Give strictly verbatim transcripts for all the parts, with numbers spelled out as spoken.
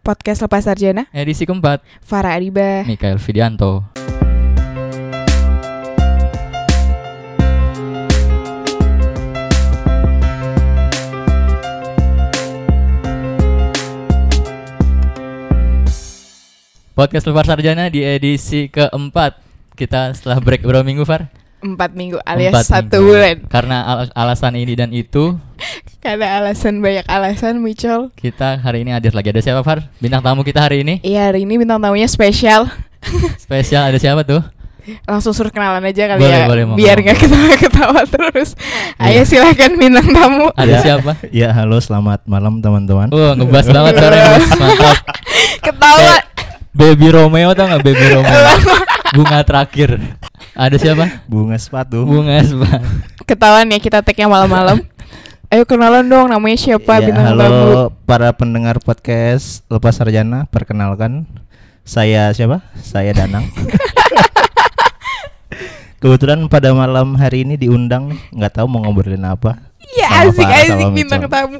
Podcast Lepas Sarjana edisi keempat. Farah Adiba, Mikael Fidianto. Podcast Lepas Sarjana di edisi keempat. Kita setelah break berapa minggu, Far? Empat minggu alias Empat satu minggu. bulan. Karena al- alasan ini dan itu, Karena alasan banyak alasan muncul. kita hari ini hadir lagi. Ada siapa, Far? Bintang tamu kita hari ini Iya, hari ini bintang tamunya spesial. spesial. Ada siapa tuh? Langsung suruh kenalan aja kali Boleh, ya, boleh, mau biar ngomong. nggak ketawa-ketawa terus. Iya. Ayo silakan bintang tamu. Ada Ya. siapa? Ya, halo, selamat malam teman-teman. Wah, ngebas banget suaranya, Mas. Mantap. Ketawa. Kayak Baby Romeo, tau gak Baby Romeo? Bunga terakhir. Ada siapa? Bunga sepatu. Bunga Espa. Ketahuan ya kita tag-nya malam-malam. Ayo kenalan dong, namanya siapa Ya, bintang halo tamu? para pendengar podcast Lepas Sarjana, perkenalkan saya siapa? Saya Danang. Kebetulan pada malam hari ini diundang nih, nggak tahu mau ngobrolin apa. Ya Sama Farah, asik-asik sama bintang Micol. tamu.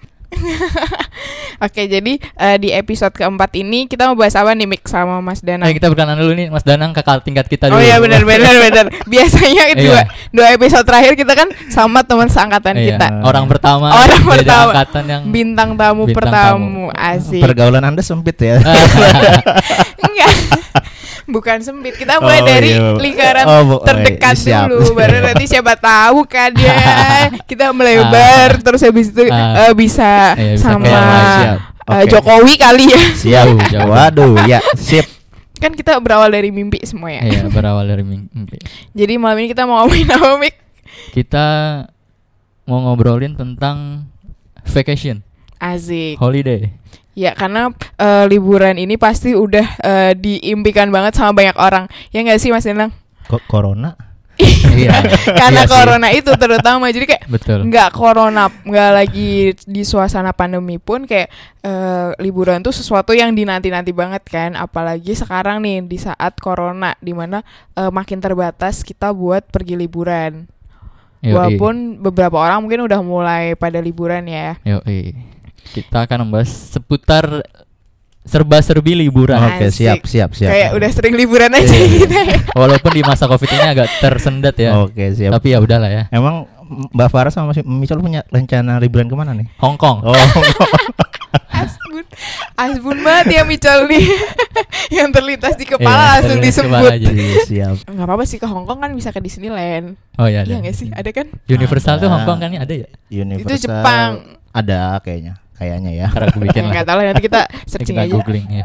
Oke, jadi eh, di episode keempat ini kita mau bahas apa nih, Mik, sama Mas Danang? Eh, kita berkenalan dulu nih, Mas Danang, kakak tingkat kita Oh dulu. iya, benar benar benar. Biasanya dua Iya. dua episode terakhir kita kan sama teman seangkatan Iya. kita. Orang pertama. Orang beda pertama. angkatan yang Bintang tamu Bintang pertamu, asik. Pergaulan Anda sempit ya. Enggak. Bukan sempit. Kita mulai Oh, dari iya. lingkaran Oh, bu- oh, terdekat iya, siap. dulu. Baru nanti siapa tahu kan ya. Kita melebar terus habis itu Ah. eh, bisa Iya, bisa sama kayak siap. eh, Oke. Jokowi kali ya. Siap. Jauh, jauh. Waduh, ya, sip. Kan kita berawal dari mimpi semua ya. Iya, berawal dari mimpi. Jadi malam ini kita mau ngomongin apa, Mik? Kita mau ngobrolin tentang vacation, Asik. holiday. Ya, karena eh, liburan ini pasti udah eh, diimpikan banget sama banyak orang. Ya nggak sih, Mas Danang? Kok corona? Iya, Karena Iya sih. corona itu terutama. Jadi kayak betul. nggak corona, nggak lagi di suasana pandemi pun kayak eh, liburan tuh sesuatu yang dinanti-nanti banget kan. Apalagi sekarang nih di saat corona, dimana eh, makin terbatas kita buat pergi liburan. Yoi. Walaupun beberapa orang mungkin udah mulai pada liburan ya. Yoi. Kita akan membahas seputar serba-serbi liburan. Oke, Asik. siap, siap, siap. Kayak udah sering liburan aja Iya. kita ya. Walaupun di masa Covid ini agak tersendat ya. Oke, siap. Tapi ya udahlah ya. Emang Mbak Farah sama si Micol punya rencana liburan kemana nih? Hong Kong. Oh, Asbun, asbun banget ya Micol nih. Yang terlintas di kepala Iya, langsung terlintas disebut. kepala aja. iya, siap. Nggak apa-apa sih, ke Hong Kong kan bisa ke Disneyland. Oh iya, Iya ada. nggak sih? Ada kan? Universal tuh Ada. Hong Kong kan ya, ada ya? Universal. Itu Jepang. Ada kayaknya, kayaknya ya. Ntar aku bikin lah. Nggak tahu lah, nanti kita Nanti searching kita aja. googling ya.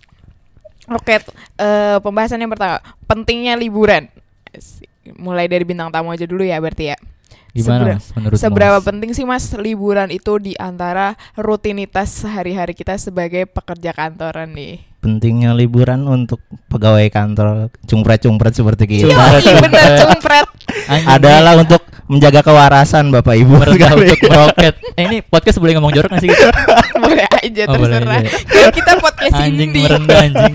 Oke, t- eh, pembahasan yang pertama, pentingnya liburan. Asik. Mulai dari bintang tamu aja dulu ya berarti ya. Gimana Sebera- Mas menurut Seberapa Mas? penting sih Mas liburan itu di antara rutinitas sehari-hari kita sebagai pekerja kantoran nih? Pentingnya liburan untuk pegawai kantor cungpret-cungpret seperti kita Iya, iya bener, cumpret. Anjing, adalah untuk menjaga kewarasan Bapak Ibu. merendah untuk meroket. Eh ini podcast boleh ngomong jorok gak sih gitu? Boleh aja, Oh, boleh terserah. aja. Kan kita podcast Anjing indie. merendah anjing.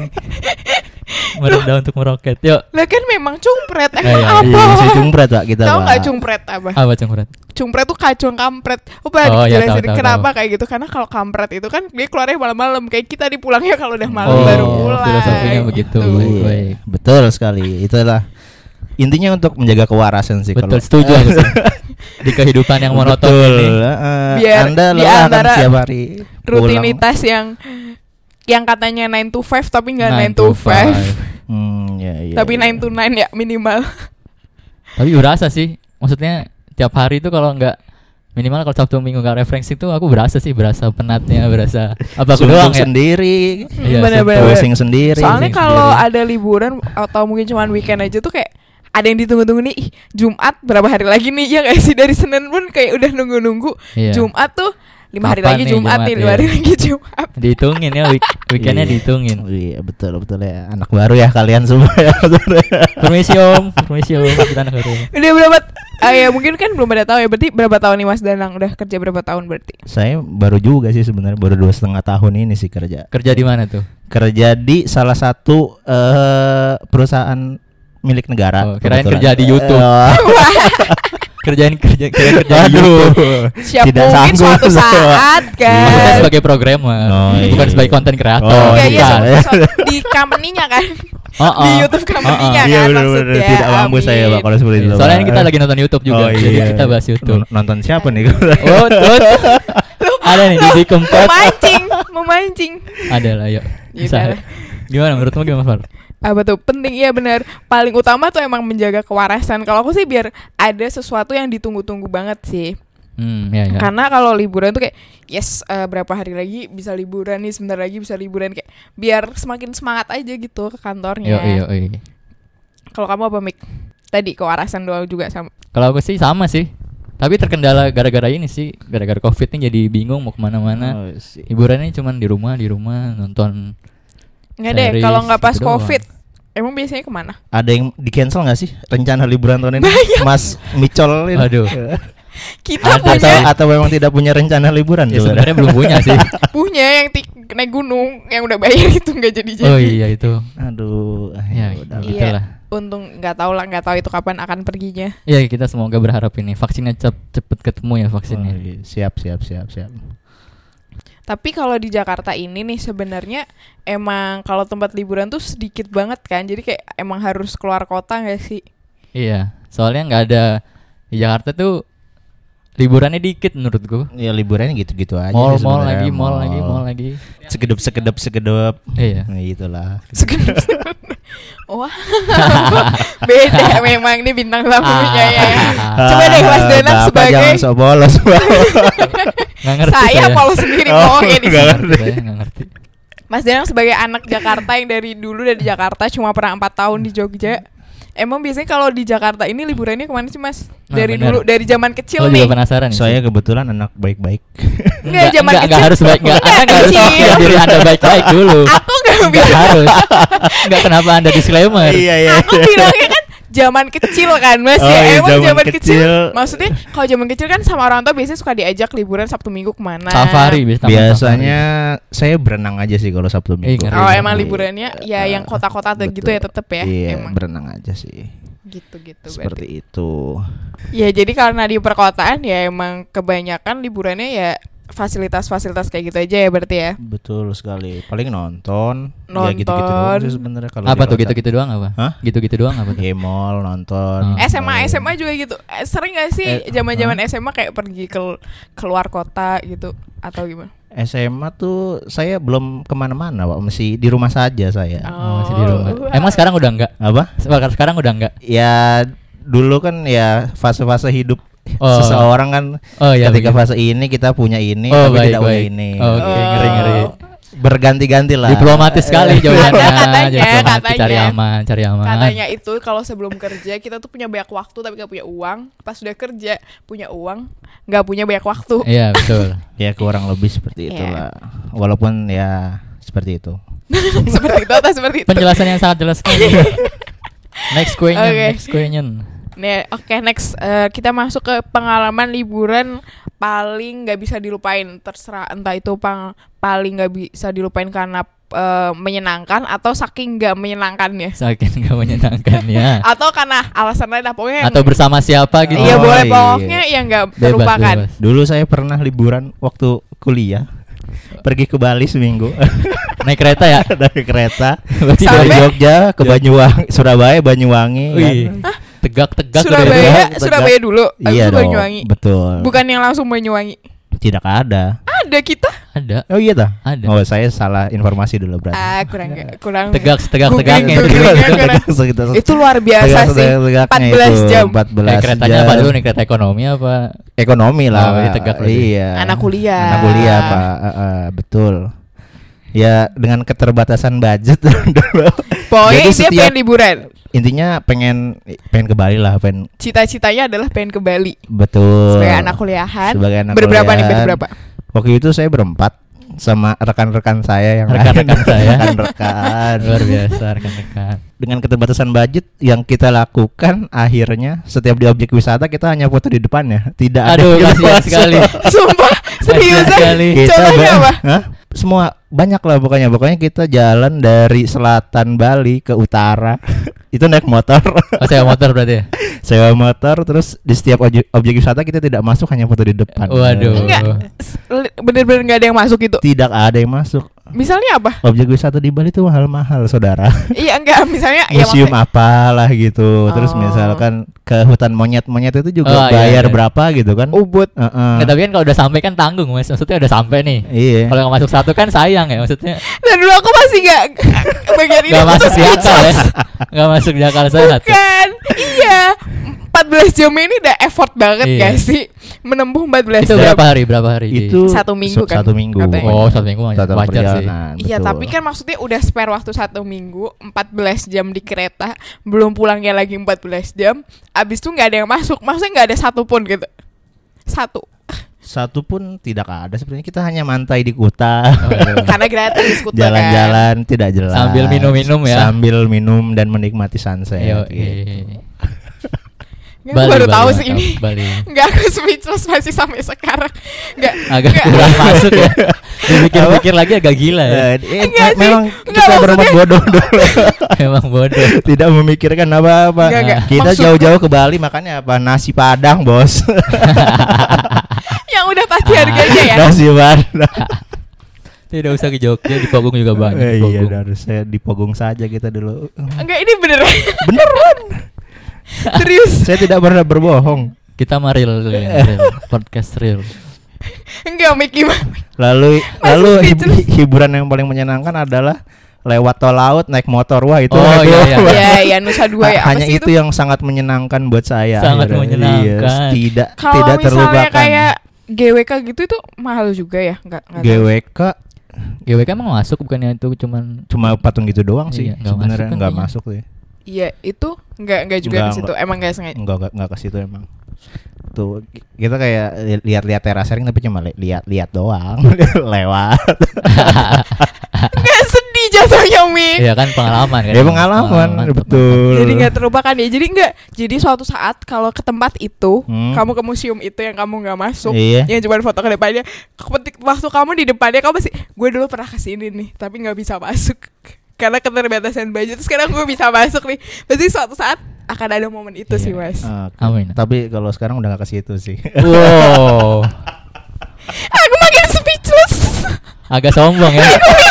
Merendah untuk meroket. Yuk. Lah kan memang cumpret. Eh, Emang iya, apa? Iya, si cungpret Pak kita, Tahu Pak. nggak cumpret apa? Apa cungkurat? Cumpret tuh kacung kampret. Oh, Pak, Oh, iya, dijelasin tahu, tahu, kenapa tahu. kayak gitu? Karena kalau kampret itu kan dia keluarnya malam-malam. Kayak kita di pulangnya kalau udah malam Oh, baru pulang. filosofinya begitu. Gitu. Baik, Iya, baik. betul sekali. Itulah intinya untuk menjaga kewarasan sih. Betul, kalau- setuju aku sih. Di kehidupan yang monoton Betul. ini. eh, Biar Anda di lelah kan antara setiap hari pulang. Rutinitas yang yang katanya nine to five tapi nggak nine Nine to to five. Hmm, ya, iya, Tapi iya. nine to nine ya minimal. Tapi berasa sih. Maksudnya tiap hari itu kalau nggak minimal kalau Sabtu Minggu nggak referensi itu aku berasa sih, berasa penatnya, berasa apa aku Suntuk doang ya. sendiri, Iya, Bener-bener. suntuk. pusing sendiri. Soalnya sendiri. kalau ada liburan atau mungkin cuma weekend aja tuh kayak ada yang ditunggu-tunggu nih. Ih, Jumat berapa hari lagi nih? Ya nggak sih, dari Senin pun kayak udah nunggu-nunggu. Iya. Jumat tuh lima hari Kapan lagi nih Jumat Jumat, nih, lima iya. hari lagi Jumat. Dihitungin ya week weekendnya Iya. dihitungin. Iya, betul betul ya. Anak baru ya kalian semua ya. Permisi Om, permisi Om, kita anak baru. Udah berapa? Ah ya mungkin kan belum pada tahu ya. Berarti berapa tahun nih Mas Danang udah kerja berapa tahun berarti? Saya baru juga sih sebenarnya, baru dua setengah tahun ini sih kerja. Kerja di mana tuh? Kerja di salah satu eh, perusahaan milik negara. Oh, kirain kebetulan. kerja di YouTube. Eh, kerjaan kerja kerja kerja di Aduh. YouTube. Siap Tidak mungkin sanggup. suatu saat kan. Maksudnya sebagai programmer, Oh, iya. bukan sebagai konten kreator. Oh, Iya, iya, bukan. suatu- suatu- di company-nya kan. Oh, Di oh. YouTube company-nya Iya kan benar-benar maksudnya. tidak mampu saya Pak kalau seperti itu. Soalnya Pak. kita lagi nonton YouTube juga, Oh, jadi iya. kita bahas YouTube. N- Nonton siapa nih? Oh, tuh. Ada nih di keempat. Memancing, memancing. Ada lah, yuk. Ya Bisa. udah. Gimana menurutmu gimana, Far? Apa tuh penting, iya benar. Paling utama tuh emang menjaga kewarasan. Kalau aku sih biar ada sesuatu yang ditunggu-tunggu banget sih. Hmm, ya, ya. Karena kalau liburan tuh kayak yes, eh, berapa hari lagi bisa liburan nih, sebentar lagi bisa liburan, kayak biar semakin semangat aja gitu ke kantornya. Yo, yo, yo. Kalau kamu apa, Mik? Tadi kewarasan doang juga sama. Kalau aku sih sama sih. Tapi terkendala gara-gara ini sih, gara-gara Covid nih jadi bingung mau kemana-mana. Oh, sih. Hiburannya cuman di rumah, di rumah nonton. Nggak deh, Series kalau nggak pas gitu doang. Covid, emang biasanya kemana? Ada yang di cancel nggak sih rencana liburan tahun ini? Mas Micol ini. Aduh. Kita Ada, Atau punya atau memang tidak punya rencana liburan? Ya coba? sebenarnya belum punya sih. punya yang tik naik gunung yang udah bayar itu nggak jadi-jadi. Oh iya itu. Aduh, Ya, udah. gitu Iya. lah. Untung nggak tahu lah, nggak tahu itu kapan akan perginya. Ya kita semoga berharap ini vaksinnya cep cepet ketemu ya vaksinnya. Oh, iya. Siap, siap, siap, siap. Tapi kalau di Jakarta ini nih sebenarnya emang kalau tempat liburan tuh sedikit banget kan. Jadi kayak emang harus keluar kota nggak sih? Iya, soalnya nggak ada di Jakarta tuh liburannya dikit menurutku. Ya liburannya gitu-gitu aja. Mall, sih mall sebenarnya. lagi, mall lagi, mall lagi. Sekedep, sekedep, sekedep. Iya. Nah, itulah. Sekedar. Wah, beda memang ini bintang tamunya ya. Coba deh Mas Danang Bapak sebagai jangan sok bolos, Pak. Nggak ngerti saya saya. polos sendiri Oh, bohongin di nggak sini. ngerti. Saya nggak ngerti. Mas Danang sebagai anak Jakarta yang dari dulu dari Jakarta cuma pernah empat tahun di Jogja. Emang biasanya kalau di Jakarta ini liburannya kemana sih Mas? Nah, Dari bener. dulu, dari zaman kecil Lo nih. juga penasaran ya? Saya kebetulan anak baik-baik. Enggak, zaman enggak, kecil. enggak harus baik, enggak, Enggak, Anda enggak harus kecil. mengakui diri Anda baik-baik dulu. Aku gak Enggak bilang, harus. Enggak, kenapa Anda disclaimer? Iya, iya. aku bilangnya kan zaman kecil kan Mas Oh, ya. iya, Emang zaman zaman kecil. kecil. Maksudnya kalau zaman kecil kan sama orang tua biasanya suka diajak liburan Sabtu Minggu kemana. Safari biasa taman Biasanya saya berenang aja sih kalau Sabtu Eh, Minggu. ngeri. Oh Iya. emang liburannya ya yang kota-kota ada gitu ya tetep ya. Iya, Emang berenang aja sih. gitu-gitu Seperti itu. Ya jadi karena di perkotaan ya emang kebanyakan liburannya ya fasilitas-fasilitas kayak gitu aja ya berarti ya. Betul sekali. Paling nonton, ya Nonton. gitu-gitu doang sih sebenarnya kalau Apa di tuh kota. gitu-gitu doang apa? Hah? Gitu-gitu doang apa tuh? Ya mall, nonton. Oh. S M A main. S M A juga gitu. Eh, Sering gak sih Eh, zaman-zaman S M A kayak pergi ke keluar kota gitu atau gimana? S M A tuh saya belum kemana-mana, Pak. Masih di rumah saja saya. Oh, masih di rumah. wah. Emang sekarang udah enggak? Apa? Sekarang sekarang udah enggak? Ya dulu kan ya fase-fase hidup Oh. seseorang kan. Oh iya. Ketika begitu. fase ini kita punya ini, Oh, tapi baik, tidak punya baik. ini. Oh, Oke, Oh. ngeri-ngeri. Berganti-ganti lah. Diplomatis sekali jawabannya. Katanya, Diplomatis, katanya. cari aman, cari aman. Katanya itu kalau sebelum kerja kita tuh punya banyak waktu tapi gak punya uang. Pas sudah kerja punya uang, nggak punya banyak waktu. Iya, betul. Ya kurang lebih seperti Iya. itulah. Walaupun ya seperti itu. Seperti itu atau seperti itu. Penjelasan yang sangat jelas sekali. Next question, Oke. next question. Nih, oke next Eh, kita masuk ke pengalaman liburan paling nggak bisa dilupain. Terserah entah itu pang paling nggak bisa dilupain karena eh, menyenangkan atau saking nggak menyenangkannya. Saking gak menyenangkan ya. Atau karena alasan lain lah, pokoknya yang- Atau bersama siapa gitu. Iya Oh, boleh iya. pokoknya yang nggak Bebas, terlupakan. bebas. Dulu saya pernah liburan waktu kuliah. Pergi ke Bali seminggu. Naik kereta ya? Dari kereta Berarti dari Sampai- Jogja ke Banyuwangi, Surabaya, Banyuwangi. Wih, kan. tegak-tegak Surabaya, Tegak, tegak. Surabaya dulu, habis Iya itu dong. Banyuwangi. Betul. Bukan yang langsung Banyuwangi. Tidak ada. Ada kita. Ada. Oh iya dah. Ada. Oh saya salah informasi dulu berarti. Ah kurang kurang. Tegak tegak-tegaknya Googling, itu googling. gimana? Kurang. Itu luar biasa sih. Tegak-tegaknya empat belas itu, jam. empat belas Naik keretanya jam. apa dulu nih, kereta ekonomi apa? Ekonomi lah. Oh, iya, tegak berarti. Iya. Anak kuliah. Anak kuliah, Pak. Eh, eh, betul. Ya dengan keterbatasan budget dulu. Pokoknya Jadi dia setiap- pengen liburan. Intinya pengen pengen ke Bali lah, pengen Cita-citanya adalah pengen ke Bali. betul. Sebagai anak kuliahan. Sebagai anak berberapa nih kuliahan. berberapa? Waktu itu saya berempat sama rekan-rekan saya yang Rekan-rekan lain. saya. Rekan-rekan. Luar biasa rekan-rekan. Dengan keterbatasan budget yang kita lakukan, akhirnya setiap di objek wisata kita hanya foto di depannya, tidak ada Aduh, yang kasihan masuk. sekali. Sumpah, Kasihan seriusan. sekali. Kita Contohnya ba- apa? Hah? semua banyak lah pokoknya. Pokoknya kita jalan dari selatan Bali ke utara. Itu naik motor. Oh, sewa motor berarti ya? Sewa motor, terus di setiap objek, objek wisata kita tidak masuk, hanya foto di depan. Waduh. Enggak, s- li- bener-bener nggak ada yang masuk itu. Tidak ada yang masuk. Misalnya apa? Objek wisata di Bali itu mahal-mahal, saudara. Iya enggak, misalnya ya Museum maksudnya- apalah gitu. Terus Oh. misalkan ke hutan monyet-monyet itu juga Oh, iya, bayar iya. berapa gitu kan? Ubud. Heeh. Nggak, tapi kan kalau udah sampai kan tanggung Mas. Maksudnya udah sampai nih. Iya. Kalau nggak masuk satu kan sayang ya maksudnya. Dan dulu aku masih nggak bagian ini Nggak aku masuk tuh di akal ya. speechless. Nggak masuk di akal sehat. Bukan. Iya. empat belas jam ini udah effort banget Iya. gak sih? Menempuh empat belas Itu jam. berapa hari? Berapa hari? di- Itu Satu minggu sa- kan, Satu minggu. katanya. Oh, satu minggu Total wajar sih. perjalanan, Iya, betul. tapi kan maksudnya udah spare waktu satu minggu, empat belas jam di kereta, belum pulangnya lagi empat belas jam. Abis itu nggak ada yang masuk, maksudnya nggak ada satu pun gitu. Satu. Satu pun tidak ada sebenarnya, kita hanya mantai di Kuta. Waduh. Karena gratis kutu Jalan-jalan tidak jelas. Sambil minum-minum ya. Sambil minum dan menikmati sunset. Yo, gitu. iya. Kan. Gue baru tahu Bali, sih ini. Bali. Nggak, aku speechless masih sampai sekarang. Nggak. Agak nggak. kurang masuk ya. Dipikir-pikir lagi agak gila ya. Eh, eh, Enggak sih, memang enggak, kita berempat maksudnya- bodoh dulu. Emang bodoh. Tidak memikirkan apa-apa. Enggak, enggak. Kita Maksud- jauh-jauh ke Bali makanya apa? Nasi Padang, Bos. Yang udah pasti harganya ya. Nasi Padang. Tidak usah ke Jogja, di Pogong juga banyak. Eh, di iya, Pogong. harusnya di Pogong saja kita dulu. Enggak, ini beneran. Beneran. Serius. Saya tidak pernah berbohong. Kita mah real, Eh. real, podcast real. Enggak, Mik, gimana? Lalu Masih lalu hib- speechless. hiburan yang paling menyenangkan adalah lewat tol laut naik motor. Wah, itu Oh, aduh. iya, iya. Iya, iya, Nusa Dua ya. Apa Hanya sih itu yang sangat menyenangkan buat saya. Sangat akhirnya. menyenangkan. Iya, tidak Kalau tidak misalnya terlupakan. kayak G W K gitu itu mahal juga ya? Enggak, enggak G tahu. W K G W K emang masuk bukannya itu cuman cuma patung gitu doang sih. Iya, nggak Sebenarnya masuk kan nggak kayaknya. masuk sih. Iya, itu enggak enggak juga Enggak, ke situ. enggak. Emang enggak sengaja. Enggak enggak, enggak ke situ emang. Tuh kita kayak li- lihat-lihat terasering tapi cuma li- lihat-lihat doang. Lewat. Enggak sedih jatuhnya, Mik. Iya kan pengalaman kan. Ya pengalaman, betul. Jadi nggak terlupakan ya. Jadi nggak. Jadi suatu saat kalau ke tempat itu, Hmm. kamu ke museum itu yang kamu nggak masuk, Iya. yang cuma foto ke depannya, ketik- waktu kamu di depannya kamu masih, gue dulu pernah kesini nih, tapi nggak bisa masuk karena keterbatasan budget. Sekarang gue bisa masuk nih. Pasti suatu saat akan ada momen itu Iya. sih, Mas. Oke. Amin. Tapi kalau sekarang udah gak ke situ sih. Wow. Aku makin speechless. Agak sombong ya.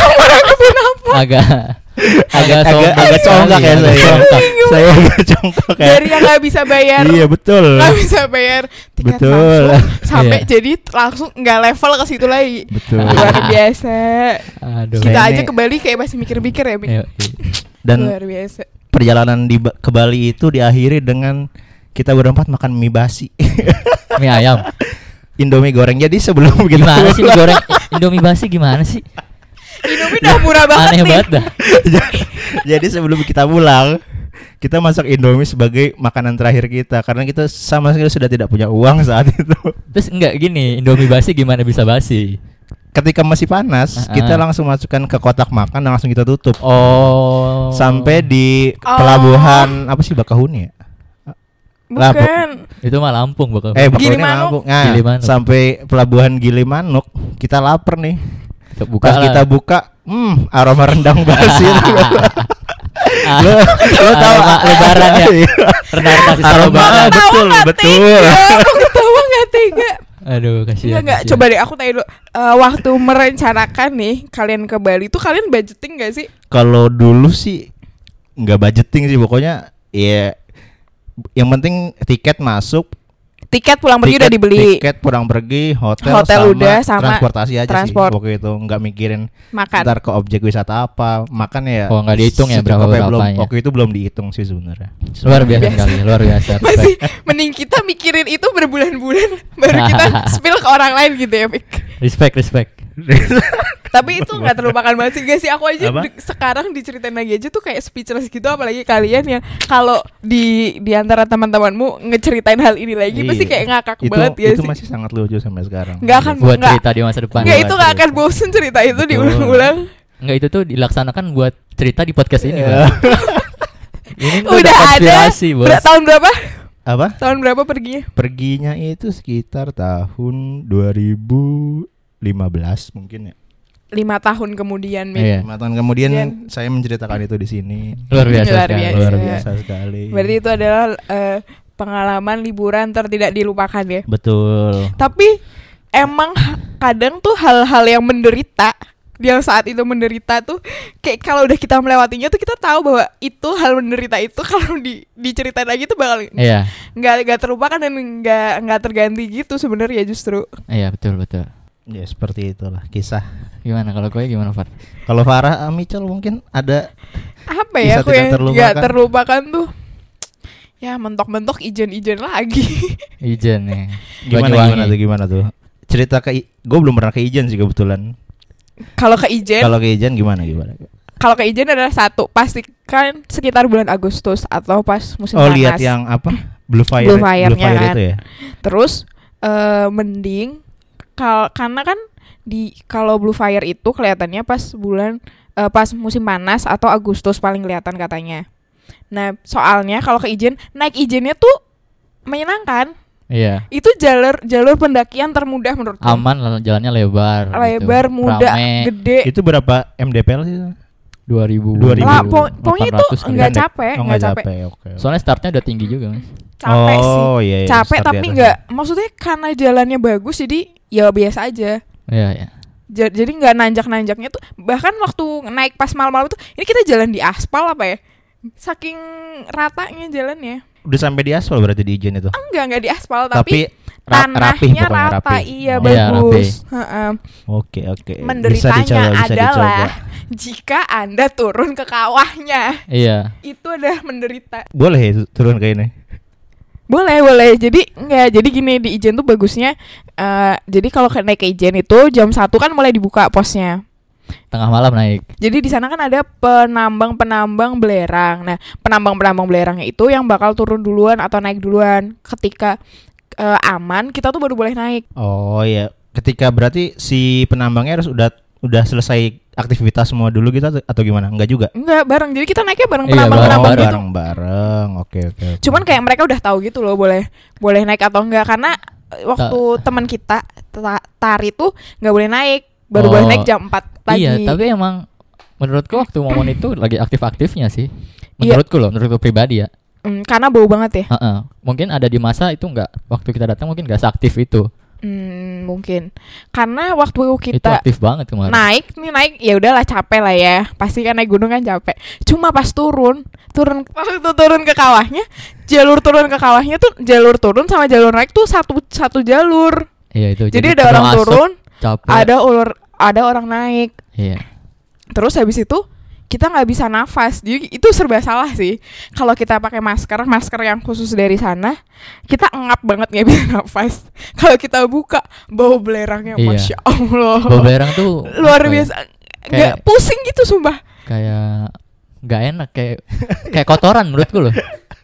Agak agak sombong. agak congkak ya sekali, saya. agak congkak. Saya agak congkak ya. Dari yang nggak bisa bayar, Iya betul. nggak bisa bayar tiket Betul. langsung, sampai Iya. jadi langsung nggak level ke situ lagi. Betul. Luar biasa. Aduh. Kita Saya aja ini- ke Bali kayak masih mikir-mikir ya, Mik. Iya, iya. Dan Luar biasa. perjalanan di Ba- ke Bali itu diakhiri dengan kita berempat makan mie basi. Mie ayam. Indomie goreng. Jadi sebelum kita Gimana sih mie pulang- goreng Indomie basi gimana sih? Indomie udah murah banget Aneh nih. banget dah. Jadi sebelum kita pulang, kita masak Indomie sebagai makanan terakhir kita karena kita sama sekali sudah tidak punya uang saat itu. Terus enggak gini, Indomie basi gimana bisa basi? Ketika masih panas, Ah, kita ah. langsung masukkan ke kotak makan dan langsung kita tutup. Oh. Sampai di Oh. pelabuhan apa sih Bakahuni ya? Lah, Bu- Bukan. Itu mah Lampung pokoknya. Eh Bakahuni Gilimanuk. Lampung. Nah, Gilimanuk. sampai pelabuhan Gilimanuk, kita lapar nih. Kita buka Pas lah. kita buka, hmm, aroma rendang basi. Ah, lo lo tahu aroma lebaran ya? Iya. Renang kasih Aroma lebaran. betul, Tahu nggak betul. tega? Aku ketawa nggak tega. Aduh, kasihan. Enggak enggak. kasihan. Coba deh aku tanya dulu. Eh, waktu merencanakan nih kalian ke Bali tuh kalian budgeting nggak sih? Kalau dulu sih nggak budgeting sih, pokoknya ya yang penting tiket masuk, Tiket pulang pergi udah tiket- dibeli. tiket pulang pergi, hotel, Hotel sama udah, sama transportasi aja transport. sih. Waktu itu nggak mikirin Makan. ntar ke objek wisata apa, makan ya. Oh, nggak dihitung ya berapa secukupnya belum. berapanya. Waktu itu belum dihitung sih sebenarnya. Luar biasa Biasa. sekali, luar biasa. Masih mending kita mikirin itu berbulan-bulan baru kita spill ke orang lain gitu ya, Mik. Respect, respect. Tapi itu nggak terlupakan banget sih, guys. Sih aku aja Apa? di- sekarang diceritain lagi aja tuh kayak speechless gitu, apalagi kalian yang kalau di di antara teman-temanmu ngeceritain hal ini lagi Iya. pasti kayak ngakak itu banget ya itu sih. masih sangat lucu sampai sekarang. Nggak akan Buat nggak- cerita di masa depan. Nggak, Buat itu nggak akan cerita. bosen cerita itu Betul. diulang-ulang. Enggak, itu tuh dilaksanakan buat cerita di podcast ini, Iya. Bang. Ini tuh Udah ada. konspirasi, Bos. Ber- tahun berapa? Apa? Tahun berapa perginya? Perginya itu sekitar tahun dua ribu lima belas mungkin ya. lima tahun kemudian, Mit. Iya. Lima tahun kemudian Dan- saya menceritakan itu di sini. Luar biasa Luar sekali. biasa. Luar biasa sekali. Berarti itu adalah eh, pengalaman liburan tertidak dilupakan ya. Betul. Tapi emang kadang tuh hal-hal yang menderita, yang saat itu menderita tuh kayak kalau udah kita melewatinya tuh kita tahu bahwa itu hal menderita itu kalau di diceritain lagi tuh bakal Iya. nggak nggak terlupakan dan nggak nggak terganti gitu sebenarnya justru. Iya, betul betul. Ya seperti itulah kisah. Gimana kalau gue gimana, Far? Kalau Farah, ah, Michel mungkin ada Apa ya Bisa aku tidak yang terlupakan. nggak terlupakan tuh? Ya mentok-mentok ijen-ijen lagi. Ijen nih. gimana Banyuwangi. gimana tuh gimana tuh? Cerita ke gue belum pernah ke Ijen sih kebetulan. Kalau ke Ijen, Kalau ke Ijen gimana gimana? kalau ke Ijen adalah satu pastikan sekitar bulan Agustus atau pas musim Oh panas. lihat yang apa? Blue Fire. Blue Fire-nya Blue Fire kan. itu ya. Terus eh, mending kal karena kan di kalau Blue Fire itu kelihatannya pas bulan eh, pas musim panas atau Agustus paling kelihatan katanya. Nah, soalnya kalau ke Ijen, naik Ijennya tuh menyenangkan. Iya. Itu jalur jalur pendakian termudah menurutku. Aman, lalu jalannya lebar. Lebar, gitu. mudah, Rame. gede. Itu berapa M D P L sih? dua ribu. dua ribu. Lah, po- pokoknya itu delapan ratus kali. enggak Pendek. capek, Oh, enggak capek. Oke. Soalnya startnya udah tinggi juga, Mas. Capek sih. Oh iya, iya. Capek start di tapi atas. enggak, maksudnya karena jalannya bagus jadi ya biasa aja. Iya, iya. Ja- jadi nggak nanjak-nanjaknya tuh, bahkan waktu naik pas malam-malam tuh ini kita jalan di aspal apa ya, saking ratanya jalannya. Udah sampai di aspal berarti di Ijen itu. Enggak enggak di aspal Tapi, tapi, ra- rapih tanahnya pokoknya rata, rapih. iya Oh. Iya, bagus. Heeh. Oke oke. Bisa Menderitanya dicoba, bisa adalah dicoba. jika Anda turun ke kawahnya, Iya. itu adalah menderita. Boleh ya tu- turun ke ini. Boleh, boleh. Jadi enggak, jadi gini di Ijen tuh bagusnya eh, jadi kalau ke- naik ke Ijen itu jam satu kan mulai dibuka posnya. Tengah malam naik. Jadi di sana kan ada penambang-penambang belerang. Nah, penambang-penambang belerangnya itu yang bakal turun duluan atau naik duluan. Ketika eh, aman, kita tuh baru boleh naik. Oh iya. Ketika berarti si penambangnya harus udah udah selesai aktivitas semua dulu gitu atau, atau gimana? Enggak juga. Enggak, bareng. Jadi kita naiknya bareng Iya, penambang-penambang bareng, gitu. bareng-bareng. Oke oke. oke. Cuman kayak mereka udah tahu gitu loh boleh boleh naik atau enggak, karena eh, waktu teman kita ta- Tari tuh nggak boleh naik, baru Oh. boleh naik jam empat pagi. Iya, tapi emang menurutku waktu momen itu lagi aktif-aktifnya sih. Iya. Menurutku loh, menurutku pribadi ya. Hmm, karena bau banget ya. Heeh. Mungkin ada di masa itu enggak, waktu kita datang mungkin enggak seaktif itu. Hmm, mungkin karena waktu Itu kita aktif banget kemarin. naik nih naik ya udahlah capek lah ya, pasti kan naik gunung kan capek. Cuma pas turun turun waktu turun ke kawahnya, jalur turun ke kawahnya tuh jalur turun sama jalur naik tuh satu satu jalur. Iya itu. Jadi, ada penuh orang asap, turun, capek. ada ulur ada orang naik. Iya. Terus habis itu kita nggak bisa nafas, jadi itu serba salah sih. Kalau kita pakai masker, masker yang khusus dari sana, kita engap banget nggak bisa nafas. Kalau kita buka, bau belerangnya, Iya. masya Allah, Bau belerang tuh luar apa ya? biasa, nggak Kayak- pusing gitu sumpah. Kayak nggak enak, kayak kayak kotoran menurutku loh.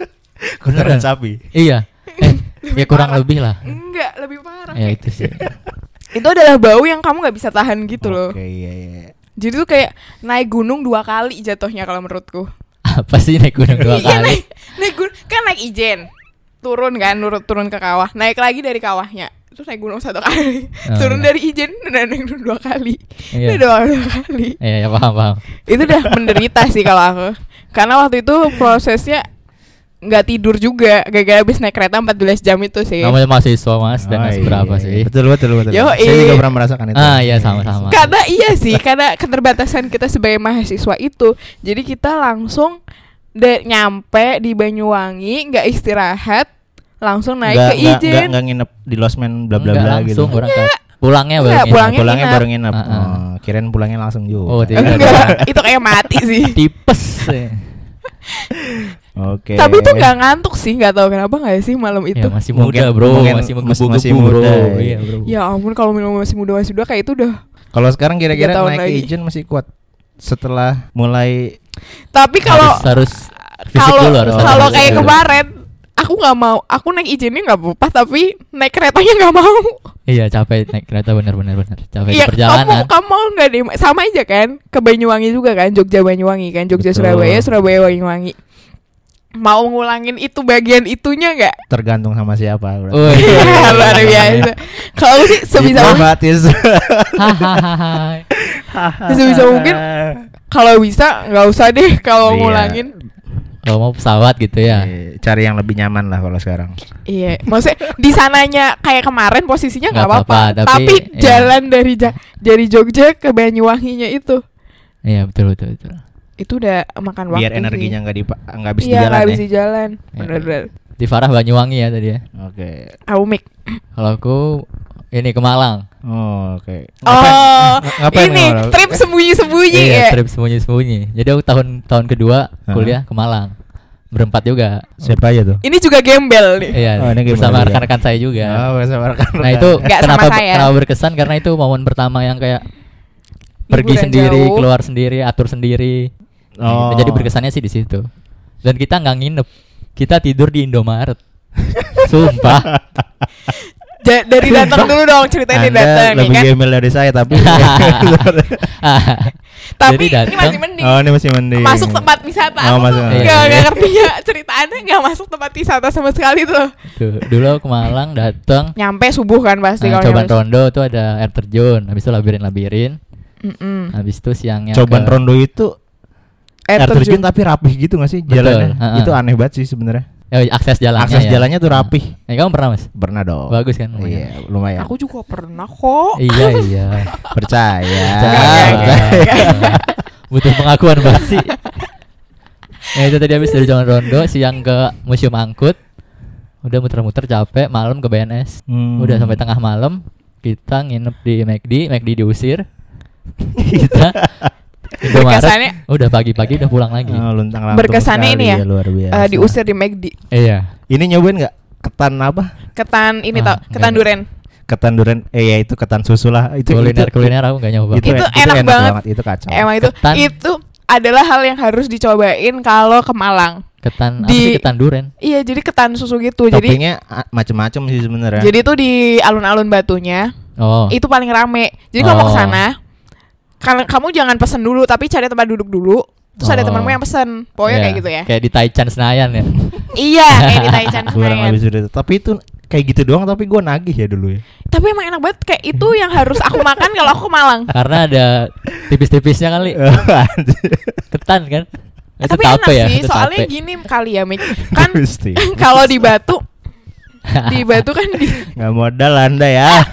Kotoran Beneran. sapi. Iya. Eh, ya kurang parah. lebih lah. Enggak, lebih parah. Ya itu sih. Itu adalah bau yang kamu nggak bisa tahan gitu loh. Oke iya iya. Jadi tuh kayak naik gunung dua kali jatuhnya kalau menurutku. Apa sih naik gunung dua Iya, kali? naik, naik gunung kan naik Ijen, turun kan, turun turun ke kawah, naik lagi dari kawahnya, terus naik gunung satu kali, Oh, turun iya. dari Ijen dan naik gunung dua kali, Iya. udah dua, dua kali. Iya, ya paham paham. Itu udah menderita sih kalau aku, karena waktu itu prosesnya nggak tidur juga, gara-gara habis naik kereta empat belas jam itu sih. Namanya mahasiswa Mas dan Oh, nggak iya, seberapa iya. sih. Betul betul betul. Yo, Saya iya. juga pernah merasakan itu. Ah, iya, sama-sama. Karena iya sih, karena keterbatasan kita sebagai mahasiswa itu, jadi kita langsung de- nyampe di Banyuwangi, nggak istirahat, langsung naik Nggak- ke nggak- Ijen. nggak- nggak nginep di losmen bla bla Enggak bla langsung gitu. berangkat. Pulangnya baru Enggak, nginep. pulangnya Pulangnya nginep. baru nginep. Ah, ah. Oh, kirain pulangnya langsung juga. Oh, tidak. Enggak, itu kayak mati sih. Tipes. Oke. Tapi itu nggak ngantuk sih, nggak tahu kenapa nggak sih malam itu. Ya masih Mungkin- muda, Bro. mungkin Masih masih- menggebu-gebu, masih Bro. muda. Iya, Bro. Ya ampun, kalau minum masih muda masih muda kayak itu udah. Kalau sekarang kira-kira Tiga tahun naik ke lagi. Ijen masih kuat setelah mulai Tapi kalau harus, harus fisik kalau dulu harus ada kalau fisik kayak dulu. kemarin, aku nggak mau. Aku naik Ijennya nggak apa-apa, tapi naik keretanya nggak mau. Iya, capek naik kereta benar-benar benar. Capek di Iya, kamu perjalanan. kamu mau nggak deh? Sama aja kan? Ke Banyuwangi juga kan? Jogja Banyuwangi kan? Jogja Betul. Surabaya, Surabaya Banyuwangi. mau ngulangin itu bagian itunya nggak? Tergantung sama siapa. berarti. Oh, iya. Luar biasa. Kalau aku sih sebisa mungkin, Diplomatis. Hahaha. sebisa mungkin kalau bisa nggak usah deh kalau Iya. ngulangin. Kalau mau pesawat gitu ya. Eh, Cari yang lebih nyaman lah kalau sekarang. Iya, maksudnya di sananya kayak kemarin posisinya nggak Nggak apa-apa, apa-apa, tapi- tapi, iya. jalan dari ja- dari Jogja ke Banyuwanginya itu, Iya, betul betul betul. itu udah makan waktu. Biar energinya nggak di nggak habis di iya jalan nggak ya. habis di jalan, Iya. benar-benar. Di Farah Banyuwangi ya tadi ya. Oke. Aumik. Kalau aku ini ke Malang. Oh, oke. Oh, ngapain ini ke Malang? trip sembunyi-sembunyi Iya, ya. trip sembunyi-sembunyi. Jadi aku tahun tahun kedua Hah? kuliah ke Malang. Berempat juga. Siapa aja tuh? Ini juga gembel nih. Iya, Oh, ini gimana bersama juga? rekan-rekan saya juga. Oh, bersama rekan-rekan. Nah, itu Nggak sama kenapa saya. kenapa berkesan karena itu momen pertama yang kayak pergi Liburan sendiri, jauh. keluar sendiri, atur sendiri. Nah, Oh. gitu. Jadi berkesannya sih di situ. Dan kita nggak nginep. Kita tidur di Indomaret. Sumpah. Ja- dari datang dulu dong, ceritain dari Anda datang nih lebih kan. gembel dari saya tapi. Tapi Jadi ini datang. masih mending. Oh, ini masih mending. Masuk tempat wisata. Oh, Aku masuk. tuh Iya, nggak iya. nggak ngerti ya ceritaannya, nggak masuk tempat wisata sama sekali tuh. Tuh, dulu aku ke Malang datang. Nyampe subuh kan pasti Nah, kalau Coban nyampe. Rondo tuh ada air terjun, habis itu labirin-labirin, Mm-mm. habis itu siangnya Coban ke- Rondo itu Air air terjun terjun. tapi rapih gitu gak sih Betul, jalannya? ha-ha. Itu aneh banget sih sebenarnya. Eh, akses jalannya. Akses ya. jalannya tuh Nah. rapih. Eh, kamu pernah Mas? Pernah dong. Bagus kan, lumayan. Iya, lumayan. Aku juga pernah kok. Iya iya. percaya. Percaya. Percaya. Butuh pengakuan banget sih. Ya itu tadi habis dari Coban Rondo, siang ke Museum Angkut. Udah muter-muter capek, malam ke B N S. Hmm. Udah sampai tengah malam kita nginep di McD, McD diusir. Kita Indomaret, Berkesannya- udah pagi-pagi udah pulang lagi. Oh, luntang lantung Berkesannya sekali ini ya, luar biasa. Eh, diusir di McD. Iya. Ini nyobain nggak ketan apa? Ketan ini Ah, tau, ketan enggak. duren. Ketan duren. Eh ya itu ketan susu lah. Itu kuliner itu, kuliner aku nggak nyoba. Itu, Itu itu enak banget. Itu kacau. Emang itu Ketan. itu adalah hal yang harus dicobain kalau ke Malang. Ketan apa Di- sih ketan duren? Iya, jadi ketan susu gitu. Jadi Toppingnya ah, macem-macem sih sebenarnya. jadi tuh di alun-alun Batunya Oh. itu paling rame. Jadi kalau mau ke Oh. sana, kal- kamu jangan pesen dulu tapi cari tempat duduk dulu. Terus ada Oh. temanmu yang pesen. Pokoknya Iya, kayak gitu ya. Kayak di Taichan Senayan ya. Iya, kayak di Taichan Kurang Senayan. lebih sudah. Tapi itu kayak gitu doang tapi gua nagih ya dulu ya. Tapi emang enak banget, kayak itu yang harus aku makan kalau aku ke Malang. Karena ada tipis-tipisnya kali. Ketan kan? Itu Tapi enak tape ya, sih, itu soalnya tape. gini kali ya, Mik. Kan Pasti. kalau di Batu di Batu kan di Nggak modal Anda ya.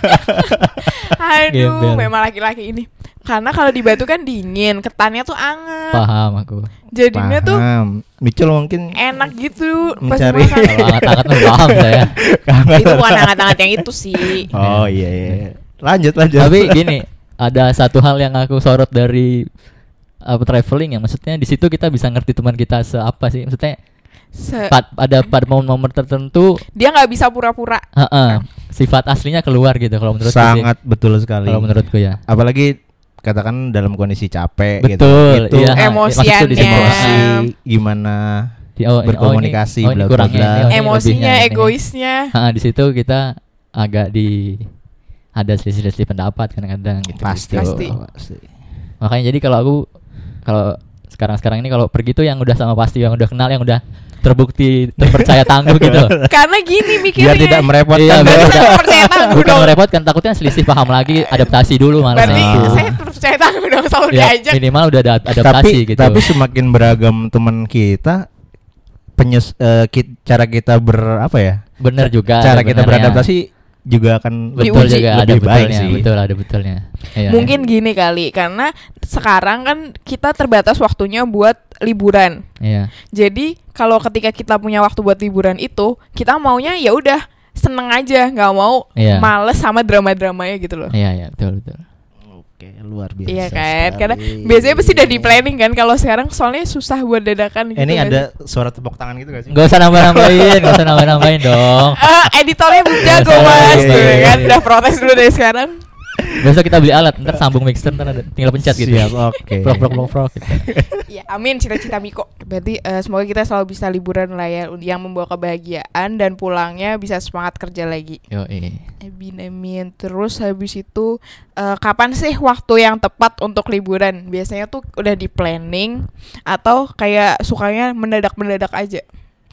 aduh, Gembel. memang laki-laki ini. Karena kalau di Batu kan dingin, ketannya tuh anget. Paham aku. Jadinya tuh Paham. Micul mungkin enak gitu pas Mencari- makan. Kalau hangat-hangat mah paham saya. Itu bukan hangat-hangat yang itu sih. Oh iya iya. Lanjut lanjut. Tapi gini, ada satu hal yang aku sorot dari apa traveling ya, maksudnya di situ kita bisa ngerti teman kita seapa sih, maksudnya Se- pad- ada pada momen-momen tertentu, dia nggak bisa pura-pura. heeh, sifat aslinya keluar gitu kalau menurutku sih. sangat betul sekali. Kalau menurutku ya. Apalagi katakan dalam kondisi capek Betul, gitu. Itu iya. Emosiannya. Maksudku di situ, emosi heeh. gimana Di- oh, ini- berkomunikasi, oh, ini, oh, ini bla, bla, kurangnya bla. ini, oh, ini Emosinya, lebihnya, ini. egoisnya. Heeh, di situ kita agak di ada selisih-selisih pendapat kadang-kadang gitu. pasti. Pasti. pasti. Makanya jadi kalau aku kalau sekarang-sekarang ini kalau pergi tuh yang udah sama pasti, yang udah kenal, yang udah terbukti terpercaya tangguh gitu. Karena gini Biar mikirnya. tidak merepotkan. Iya, Berarti biar saya tidak- percaya tangguh Bukan dong. merepotkan, takutnya selisih paham lagi, adaptasi dulu malah. Berarti Ah. saya percaya tangguh dong selalu Ya, diajak. minimal udah ada adaptasi tapi gitu. tapi semakin beragam teman kita penyes eh, ki- cara kita ber apa ya? Bener juga. cara ada kita benernya. beradaptasi juga akan Betul diuji. juga, ada lebih baik betulnya, sih. betul ada betulnya. Iya. Mungkin gini kali, karena sekarang kan kita terbatas waktunya buat liburan. Iya. Jadi kalau ketika kita punya waktu buat liburan itu, kita maunya ya udah seneng aja, nggak mau Iya. males sama drama-dramanya gitu loh. Iya, iya, betul betul. Oke, luar biasa. Iya kan, sekali. karena biasanya pasti udah di planning kan. Kalau sekarang soalnya susah buat dadakan gitu. Eh, ini kan. ada suara tepuk tangan gitu gak sih? Gak usah nambah-nambahin, gak usah nambah-nambahin dong. Eh, editornya belum jago Iya, mas, iya, gitu iya, kan. iya. Udah protes dulu dari sekarang. Besok kita beli alat, ntar sambung mixer, ntar ada, tinggal pencet gitu. Siap, oke. Frog, frog, frog, frog. Gitu. Ya, amin cita-cita Miko. Berarti eh, semoga kita selalu bisa liburan lah ya, yang membawa kebahagiaan dan pulangnya bisa semangat kerja lagi. Yo, eh. Amin amin. Terus habis itu eh, kapan sih waktu yang tepat untuk liburan? Biasanya tuh udah di planning atau kayak sukanya mendadak-mendadak aja.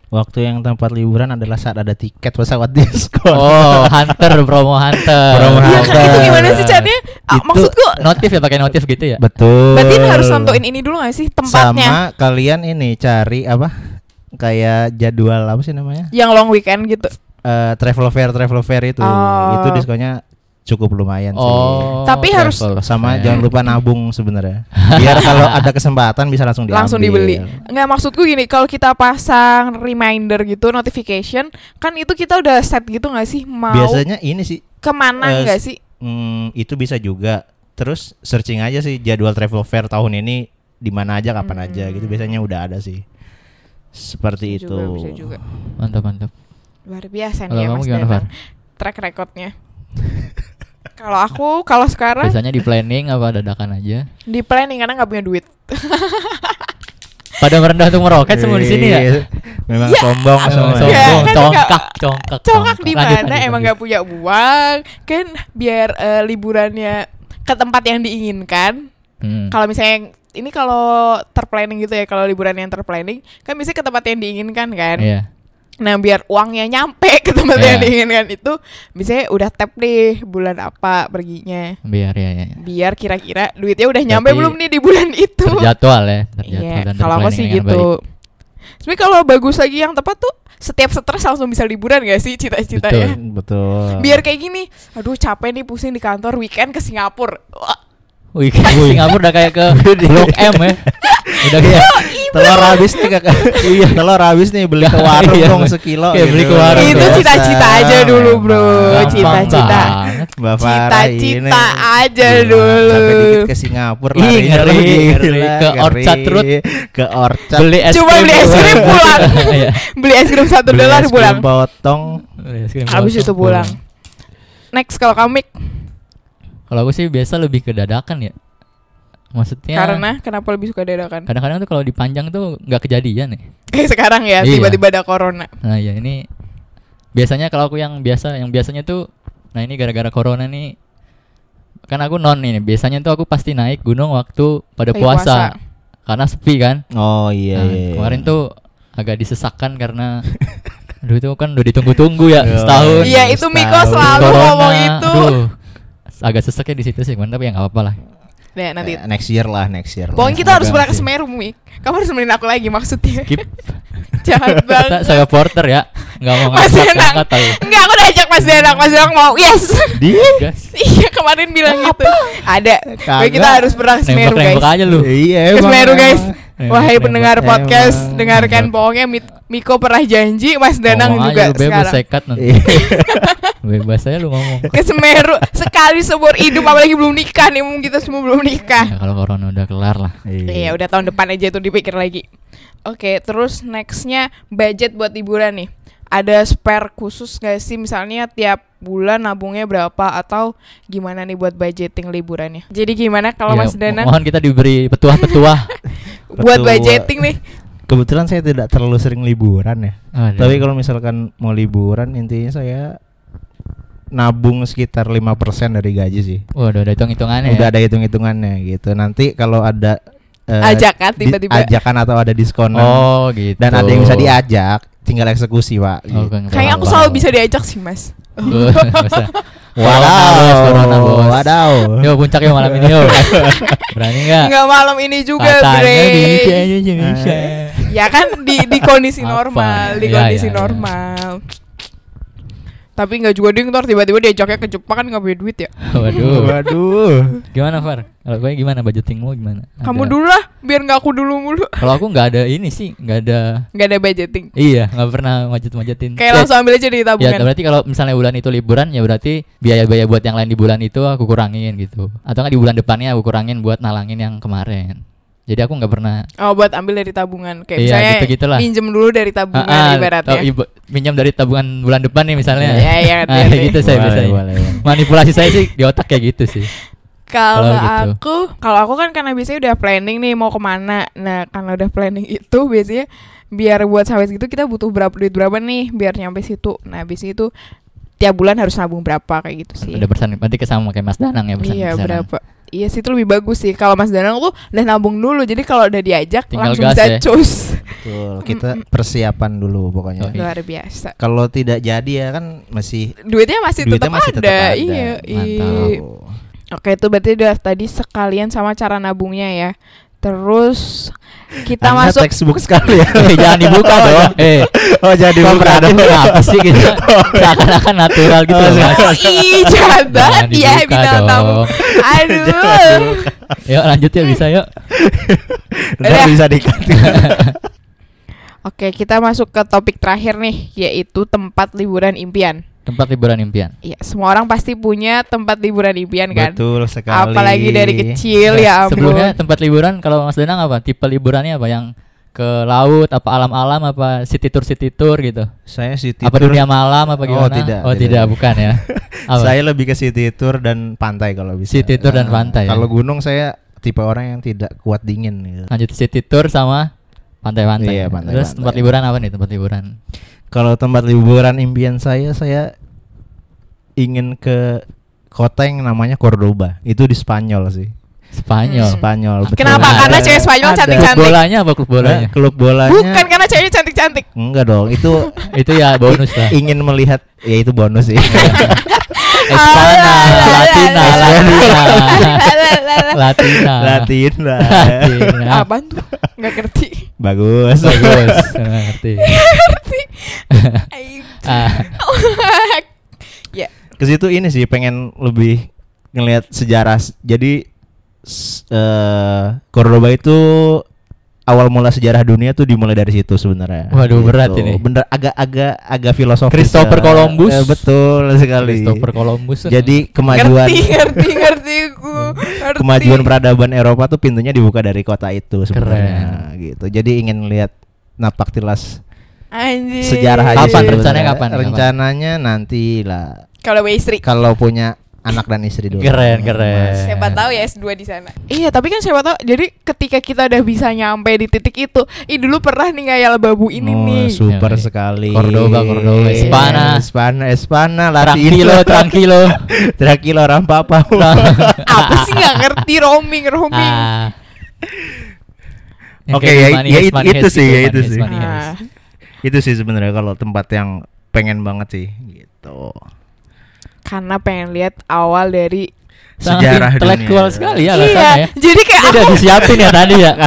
Waktu yang tempat liburan adalah saat ada tiket pesawat diskon. Oh, hunter, promo hunter. Promo Iya hunter. kan itu gimana sih caranya? Ah, Itu- maksudku Notif ya, pakai notif gitu ya. Betul. berarti harus nentuin ini dulu gak sih tempatnya? Sama kalian ini cari apa? Kayak jadwal apa sih namanya? Yang long weekend gitu. Eh travel fair, travel fair itu. Oh. Itu diskonnya cukup lumayan sih. Oh. Tapi harus- travel Sama fair. jangan lupa nabung sebenarnya. Biar kalau ada kesempatan bisa langsung diambil. Langsung dibeli. Enggak, maksudku gini, kalau kita pasang reminder gitu, notification, kan itu kita udah set gitu gak sih? Mau Biasanya ini sih kemana eh, nggak sih? Hmm, itu bisa juga. Terus searching aja sih jadwal travel fair tahun ini di mana aja, kapan Hmm. aja gitu. Biasanya udah ada sih. Seperti Bisa itu. juga, bisa juga. Mantap, mantap. Luar biasa Kalau nih ya kamu Mas gimana, Danang. Far? Track recordnya. Kalau aku, kalau sekarang Biasanya di planning apa dadakan aja? di planning karena nggak punya duit. Pada merendah untuk meroket semua di sini ya. Iya. Memang Ya, sombong Emang semua. sombong, Ya, kan congkak, nggak- congkak, Congkak di Lanjut, mana? lanjut, Emang lanjut. nggak punya uang, kan biar eh, liburannya ke tempat yang diinginkan. Hmm. Kalau misalnya ini kalau terplanning gitu ya, kalau liburan yang terplanning kan bisa ke tempat yang diinginkan kan. Iya. Nah biar uangnya nyampe ke tempat Iya. yang diinginkan itu, misalnya udah tap nih bulan apa perginya. Biar ya, ya, ya. Biar kira-kira duitnya udah nyampe Berarti belum nih di bulan itu. Terjadwal ya, terjadwal Iya, dan kalau aku terplanning sih dengan gitu. baik. Sebenarnya kalau bagus lagi yang tepat tuh setiap stres langsung bisa liburan gak sih cita-citanya? Betul. Biar kayak gini, aduh capek nih pusing di kantor, weekend ke Singapura. Wah, Wih, Singapura udah kayak ke Blok M ya. Udah kayak telur habis nih kakak. Iya, telur habis nih beli ke warung Iya, dong Mbak. sekilo. Kayak beli ke warung. itu biasa. cita-cita aja dulu bro, gampang cita-cita. banget. Mbak Farah ini. Cita-cita aja Gila, dulu. Sampai dikit ke Singapura Ih, larinya ngeri, lu gila, ngeri. Ke ngeri. Orchard Road. Ke Orchard. Beli es Cuma krim beli es krim pulang. Iya. Beli es krim satu Beli dolar es krim pulang. potong. Beli es krim Habis potong, itu pulang. Next kalau kamu Mik, Kalau aku sih biasa lebih ke dadakan ya. Maksudnya karena kenapa lebih suka dadakan? kadang-kadang tuh kalau dipanjang tuh nggak kejadian ya. Kayak sekarang ya, Iya. tiba-tiba ada corona. Nah ya ini biasanya kalau aku yang biasa, yang biasanya tuh, nah ini gara-gara corona nih, kan aku non ini. Biasanya tuh aku pasti naik gunung waktu pada Lagi puasa, puasa. karena sepi kan. Oh iya. Nah, iya. kemarin tuh agak disesakkan karena, aduh itu kan udah ditunggu-tunggu ya Iya. setahun. Iya itu Miko Setahun. selalu Corona, ngomong itu. aduh, agak seseknya di situ sih, cuman tapi ya nggak apa-apa lah. Nah, nanti Eh, next year lah, next year. lah. pokoknya kita harus Agak pernah ke sih. Semeru Mik. Kamu harus nemenin aku lagi maksudnya. Skip. Jahat Kita banget. saya porter ya, nggak mau Mas Danang. ngangkat-ngangkat tapi. Enggak, aku udah ajak Mas Danang. Mas Danang mau. Yes. Di Gas. Iya kemarin bilang gitu. Ada. Pokoknya kita Kagak. harus pernah ke Semeru guys. Nembak-nembak aja lu. Iya, Ke emang, Semeru guys. emang. Nembak, Wahai nembak. pendengar podcast, Emang. dengarkan pokoknya Mi- Miko pernah janji, Mas Danang Ngomong juga aja, lu bebas sekarang. sekat nanti. Iya. Bebas aja lu ngomong. Ke Semeru sekali seumur hidup, apalagi belum nikah nih, mungkin kita semua belum nikah. Ya, kalau corona udah kelar lah. Iya, udah tahun depan aja itu dipikir lagi. Oke, terus nextnya budget buat liburan nih. Ada spare khusus gak sih, misalnya tiap bulan nabungnya berapa atau gimana nih buat budgeting liburannya? Jadi gimana kalau Ya, Mas Danang mohon kita diberi petuah-petuah. buat Betul. budgeting nih? Kebetulan saya tidak terlalu sering liburan ya. Aduh. Tapi kalau misalkan mau liburan intinya saya nabung sekitar lima persen dari gaji sih. Waduh, ada hitung-hitungannya. Udah ya? ada hitung-hitungannya gitu. Nanti kalau ada eh, Ajakan di- tiba-tiba. ajakan atau ada diskonan Oh, gitu. dan ada yang bisa diajak, tinggal eksekusi, Pak. Oh, Gitu. kan, Kayaknya aku apa-apa. selalu bisa diajak sih, Mas. Uh, bisa. Wadaw, bos, corona, bos. wadaw. Yo puncak yo malam ini yo. Berani nggak? Enggak malam ini juga, Katanya Bre. bisa aja bisa. Eh. Ya kan di di kondisi Apa? normal, di Ya, kondisi ya, ya. normal. Tapi nggak juga ding, ntar tiba-tiba diajaknya ke Jepang kan nggak punya duit ya. Waduh. Waduh. Gimana, Far? Kalau gue gimana budgetingmu gimana? Kamu Ada- dulu lah, biar nggak aku dulu mulu. Kalau aku nggak ada ini sih, nggak ada. Nggak ada budgeting. Iya, nggak pernah majet-majetin. Kayak Ya, langsung ambil aja dari Ya tabungan. berarti kalau misalnya bulan itu liburan ya berarti biaya-biaya buat yang lain di bulan itu aku kurangin gitu. Atau nggak di bulan depannya aku kurangin buat nalangin yang kemarin. Jadi aku nggak pernah. Oh, buat ambil dari tabungan. Kayak Iya, misalnya gitu-gitulah. minjem dulu dari tabungan Ah, ah, ibaratnya. atau ibu- minjam dari tabungan bulan depan nih misalnya. Iya, iya, Nah, ngerti, kayak ngerti. gitu saya Boleh, biasanya. boleh, boleh. Manipulasi saya sih di otak kayak gitu sih. Kalau Kalau gitu. aku, kalau aku kan karena biasanya udah planning nih mau kemana. Nah, karena udah planning itu biasanya biar buat sampai situ kita butuh berapa duit berapa nih biar nyampe situ. Nah, habis itu tiap bulan harus nabung berapa kayak gitu sih. Udah bersan berarti kesama kayak Mas Danang ya bersan. Iya, berapa? Iya sih itu lebih bagus sih. Kalau Mas Danang tuh udah nabung dulu. Jadi kalau udah diajak Tinggal langsung gas bisa ya. cus. Betul. Kita persiapan dulu pokoknya. Oh, iya. Luar biasa. Kalau tidak jadi ya kan masih Duitnya masih duitnya tetap masih ada. tetap ada. Iya, Mantap. iya. Oke, itu berarti udah tadi sekalian sama cara nabungnya ya. Terus kita Anda masuk textbook sekali ya. Eh, jangan dibuka dong. Eh, Oh jadi dibuka kooperatif dong. apa sih kita? Seakan-akan natural gitu Oh, loh, Mas. Oh, ih, jahat banget Jangan ya dibuka bintang tamu. dong. Aduh. Yuk lanjut ya, bisa yuk. Ntar Udah. bisa dikat. Oke, kita masuk ke topik terakhir nih, yaitu tempat liburan impian. Tempat liburan impian. Iya, semua orang pasti punya tempat liburan impian kan? Betul sekali. Apalagi dari kecil ya ampun. Sebelumnya tempat liburan kalau Mas Danang apa? Tipe liburannya apa? Yang ke laut, apa alam-alam, apa city tour city tour gitu? Saya city Apa tour. dunia malam apa Oh, gimana? tidak, Oh, tidak. tidak, bukan ya. Apa? Saya lebih ke city tour dan pantai kalau bisa. City tour dan Nah, pantai ya? Kalau gunung saya tipe orang yang tidak kuat dingin gitu. Lanjut city tour sama pantai-pantai. Iya, pantai-pantai. Terus tempat liburan apa nih tempat liburan? Kalau tempat liburan impian saya, saya ingin ke kota yang namanya Cordoba. Itu di Spanyol sih. Spanyol. Hmm. Spanyol. betul. Kenapa? Ada- Karena cewek Spanyol ada. Klub cantik-cantik. bolanya apa klub bolanya? Nah, klub bolanya. Bukan karena ceweknya cantik-cantik. Enggak dong, itu Itu ya bonus lah. ingin melihat, ya itu bonus sih. Espana, Latina, Latina, Latina, Latina. Latina. Apaan tuh? Nggak ngerti. Bagus. Bagus, ngerti. Ayo. Ah, Ya. Ke situ ini sih pengen lebih ngelihat sejarah. Jadi s- eh, Cordoba itu awal mula sejarah dunia tuh dimulai dari situ sebenarnya. Waduh, berat ini. Bener agak-agak agak filosofis. Christopher ya. Columbus. Eh, betul sekali. Christopher Columbus. Jadi kemajuan Ngerti, ngerti, ngerti ku. Ngerti. kemajuan peradaban Eropa tuh pintunya dibuka dari kota itu sebenarnya gitu. Jadi ingin lihat napak tilas Anjir. sejarah aja. Kapan sih rencananya sebenarnya. kapan? Kapan? Rencananya nanti lah Kalau istri. kalau punya anak dan istri dulu. Keren, keren. Siapa tahu ya S dua di sana. Iya, tapi kan siapa tahu. Jadi ketika kita udah bisa nyampe di titik itu, ih dulu pernah nih ngayal babu ini Oh, nih. super Ya, sekali. Cordoba, Cordoba, Espana. Espana, Espana, Tranquilo, Latino. tranquilo. Tranquilo, rampapa. Apa sih nggak ngerti roaming, roaming. Ah. Yang Oke, kayak ya, Money ya Heist, it- Money itu Heist sih, gitu, ya Money itu Heist, sih. Money Heist. Ah. Itu sih sebenarnya kalau tempat yang pengen banget sih gitu. Karena pengen lihat awal dari Sangat Sejarah intelektual dunia. sekali ya iya, alasannya ya. jadi kayak Ini udah aku disiapin ya tadi ya.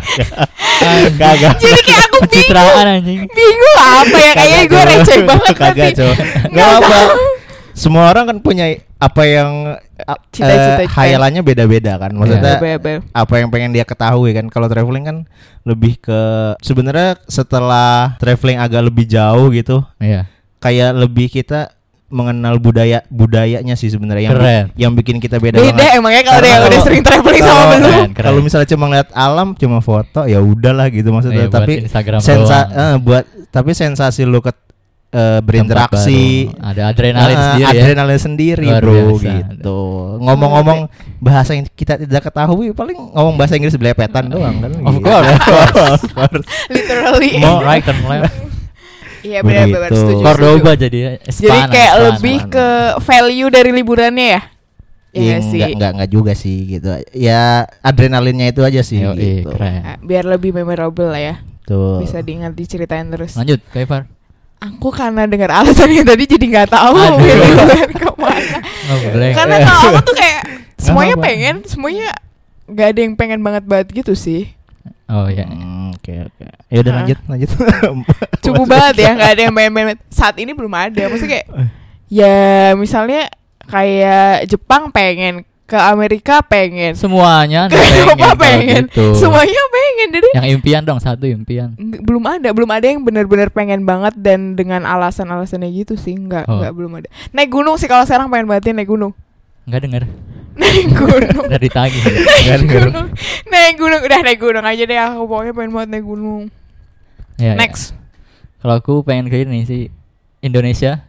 Kagak. jadi kayak aku bingung. Pencitraan anjing. Bingung apa ya, kayaknya gue Cowok. receh banget Kagak, nanti. cowok. Nggak Nggak apa. tahu. Semua orang kan punya apa yang a- Cita-cita, eh, hayalannya beda-beda kan. Maksudnya Bebe. apa yang pengen dia ketahui kan. Kalau traveling kan lebih ke sebenarnya setelah traveling agak lebih jauh gitu, Iya. kayak lebih kita mengenal budaya budayanya sih sebenarnya yang bi- Keren. yang bikin kita beda Beda banget. emangnya kalau Karena dia udah kalau- sering traveling sama Kalau- belum. Keren, keren. Kalau misalnya cuma lihat alam, cuma foto, ya udahlah gitu maksudnya. Iya, buat tapi Instagram sensa doang. eh, buat tapi sensasi lu ke eh, berinteraksi, Tempat baru. Ada adrenalin eh, sendiri ya. adrenalin sendiri Luar bro biasa. gitu. Ngomong-ngomong bahasa yang kita tidak ketahui, paling ngomong bahasa Inggris belepetan doang kan. Of gitu. course. Of course. Literally. Mau right and left. Iya benar-benar Begitu. setuju. Cordoba setuju. jadi ya. Jadi Espana, kayak Espana. lebih ke value dari liburannya ya. Iya Iya, nggak sih. enggak, enggak, enggak juga sih gitu. Ya adrenalinnya itu aja sih Yoi, gitu. keren. Nah, biar lebih memorable lah ya. Tuh. Bisa diingat diceritain terus. Lanjut, Kaifar. Aku karena dengar alasannya tadi jadi nggak tahu Aduh. gitu liburan kemana. Ngeblank. Karena kalau aku tuh kayak semuanya apa. pengen, semuanya nggak ada yang pengen banget banget gitu sih. Oh iya. Hmm, Oke oke. Ya udah Hah. lanjut lanjut. Cukup banget ya, nggak ada yang pengen-pengen. Saat ini belum ada. Maksudnya kayak ya misalnya kayak Jepang pengen, ke Amerika pengen, Semuanya ke ada Eropa kalau pengen, gitu. semuanya pengen. Jadi Yang impian dong, satu impian. Nggak- belum ada, belum ada yang benar-benar pengen banget dan dengan alasan-alasannya gitu sih, nggak, Oh. nggak belum ada. Naik gunung sih kalau sekarang pengen banget naik gunung. Enggak denger. Naik gunung. Dari tagi. naik gunung. Naik gunung, udah naik gunung aja deh aku, pokoknya pengen banget naik gunung. Ya, Next. ya. Kalau aku pengen ke ini sih Indonesia.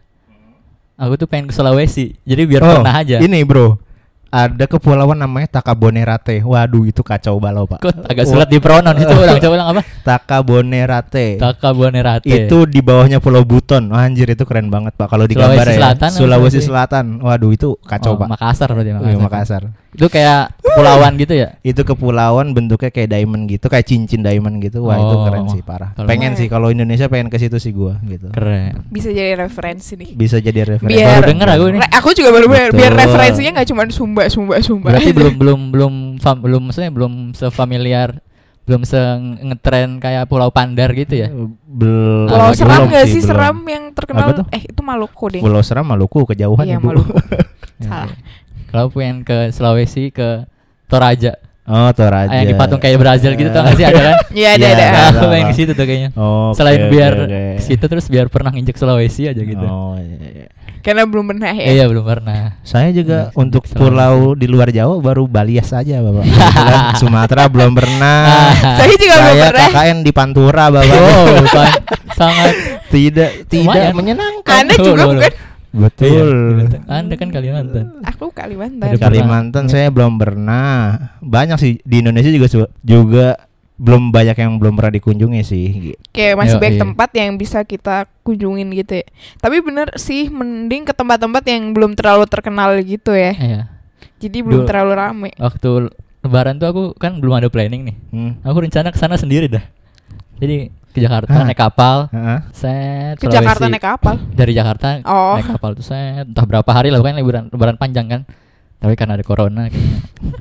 Aku tuh pengen ke Sulawesi. Jadi biar Oh, pernah aja. Ini bro, ada kepulauan namanya Takabonerate. Waduh itu kacau balau pak. Kok agak sulit dipronoun itu ulang coba ulang apa? Takabonerate. Takabonerate. Itu di bawahnya Pulau Buton. Wah, anjir itu keren banget pak. Kalau di Sulawesi gambar ya. Selatan apa Sulawesi Sulawesi? Selatan. Waduh itu kacau Oh, pak. Makassar berarti Makassar. Makassar. Makassar. Itu kayak kepulauan gitu ya? Itu kepulauan bentuknya kayak diamond gitu, kayak cincin diamond gitu. Wah, itu Oh. keren sih parah. Kalau- Pengen sih kalau Indonesia pengen ke situ sih gua gitu. Keren. Bisa jadi referensi nih. Bisa jadi referensi. Biar- Baru denger aku nih. Re- aku juga baru biar, Betul. biar referensinya nggak cuma Sumba Sumba Sumba. Berarti aja. belum belum belum fam, belum maksudnya belum sefamiliar, belum se ngetren kayak Pulau Pandar gitu ya? Belum. Pulau Ah, Seram belum nggak sih belum. Seram yang terkenal? Apa tuh? Eh itu Maluku deh. Pulau Seram Maluku kejauhan Iya Ibu. Maluku. Ya, Salah. Kalau pengen ke Sulawesi ke Toraja. Oh, Toraja. Ah, yang dipatung kayak Brazil gitu tau gak sih, ada kan? Iya ada Iya, ada. Nah, ada. aku pengen ke situ tuh kayaknya. Oh, Selain oke, biar oke, oke. ke situ terus biar pernah nginjek Sulawesi aja gitu. Oh, iya, iya. Karena belum pernah ya. Eh, iya belum pernah. Saya juga Iya, untuk Sulawesi. pulau di luar Jawa baru Bali saja, Bapak. Kebetulan Sumatera belum pernah. Saya juga belum Saya pernah. K K N di Pantura, Bapak. Oh, bukan sangat Tidak tidak Lumayan. menyenangkan. Anda Loh, juga loh, loh. bukan? Betul. Iya, Anda kan Kalimantan. Aku Kalimantan. Ada Kalimantan saya belum pernah. Banyak sih di Indonesia juga su- juga belum banyak yang belum pernah dikunjungi sih. Kayak masih Yo, banyak iya. tempat yang bisa kita kunjungin gitu ya. Tapi bener sih mending ke tempat-tempat yang belum terlalu terkenal gitu ya. Iya. Jadi belum Dulu- terlalu rame. Waktu lebaran tuh aku kan belum ada planning nih. Hmm. Aku rencana ke sana sendiri dah. Jadi ke Jakarta Hah? naik kapal. Heeh. Set Ke Sulawesi. Jakarta naik kapal. Dari Jakarta Oh. naik kapal tuh set entah berapa hari lah, kan liburan lebaran panjang kan. Tapi karena ada corona kayaknya.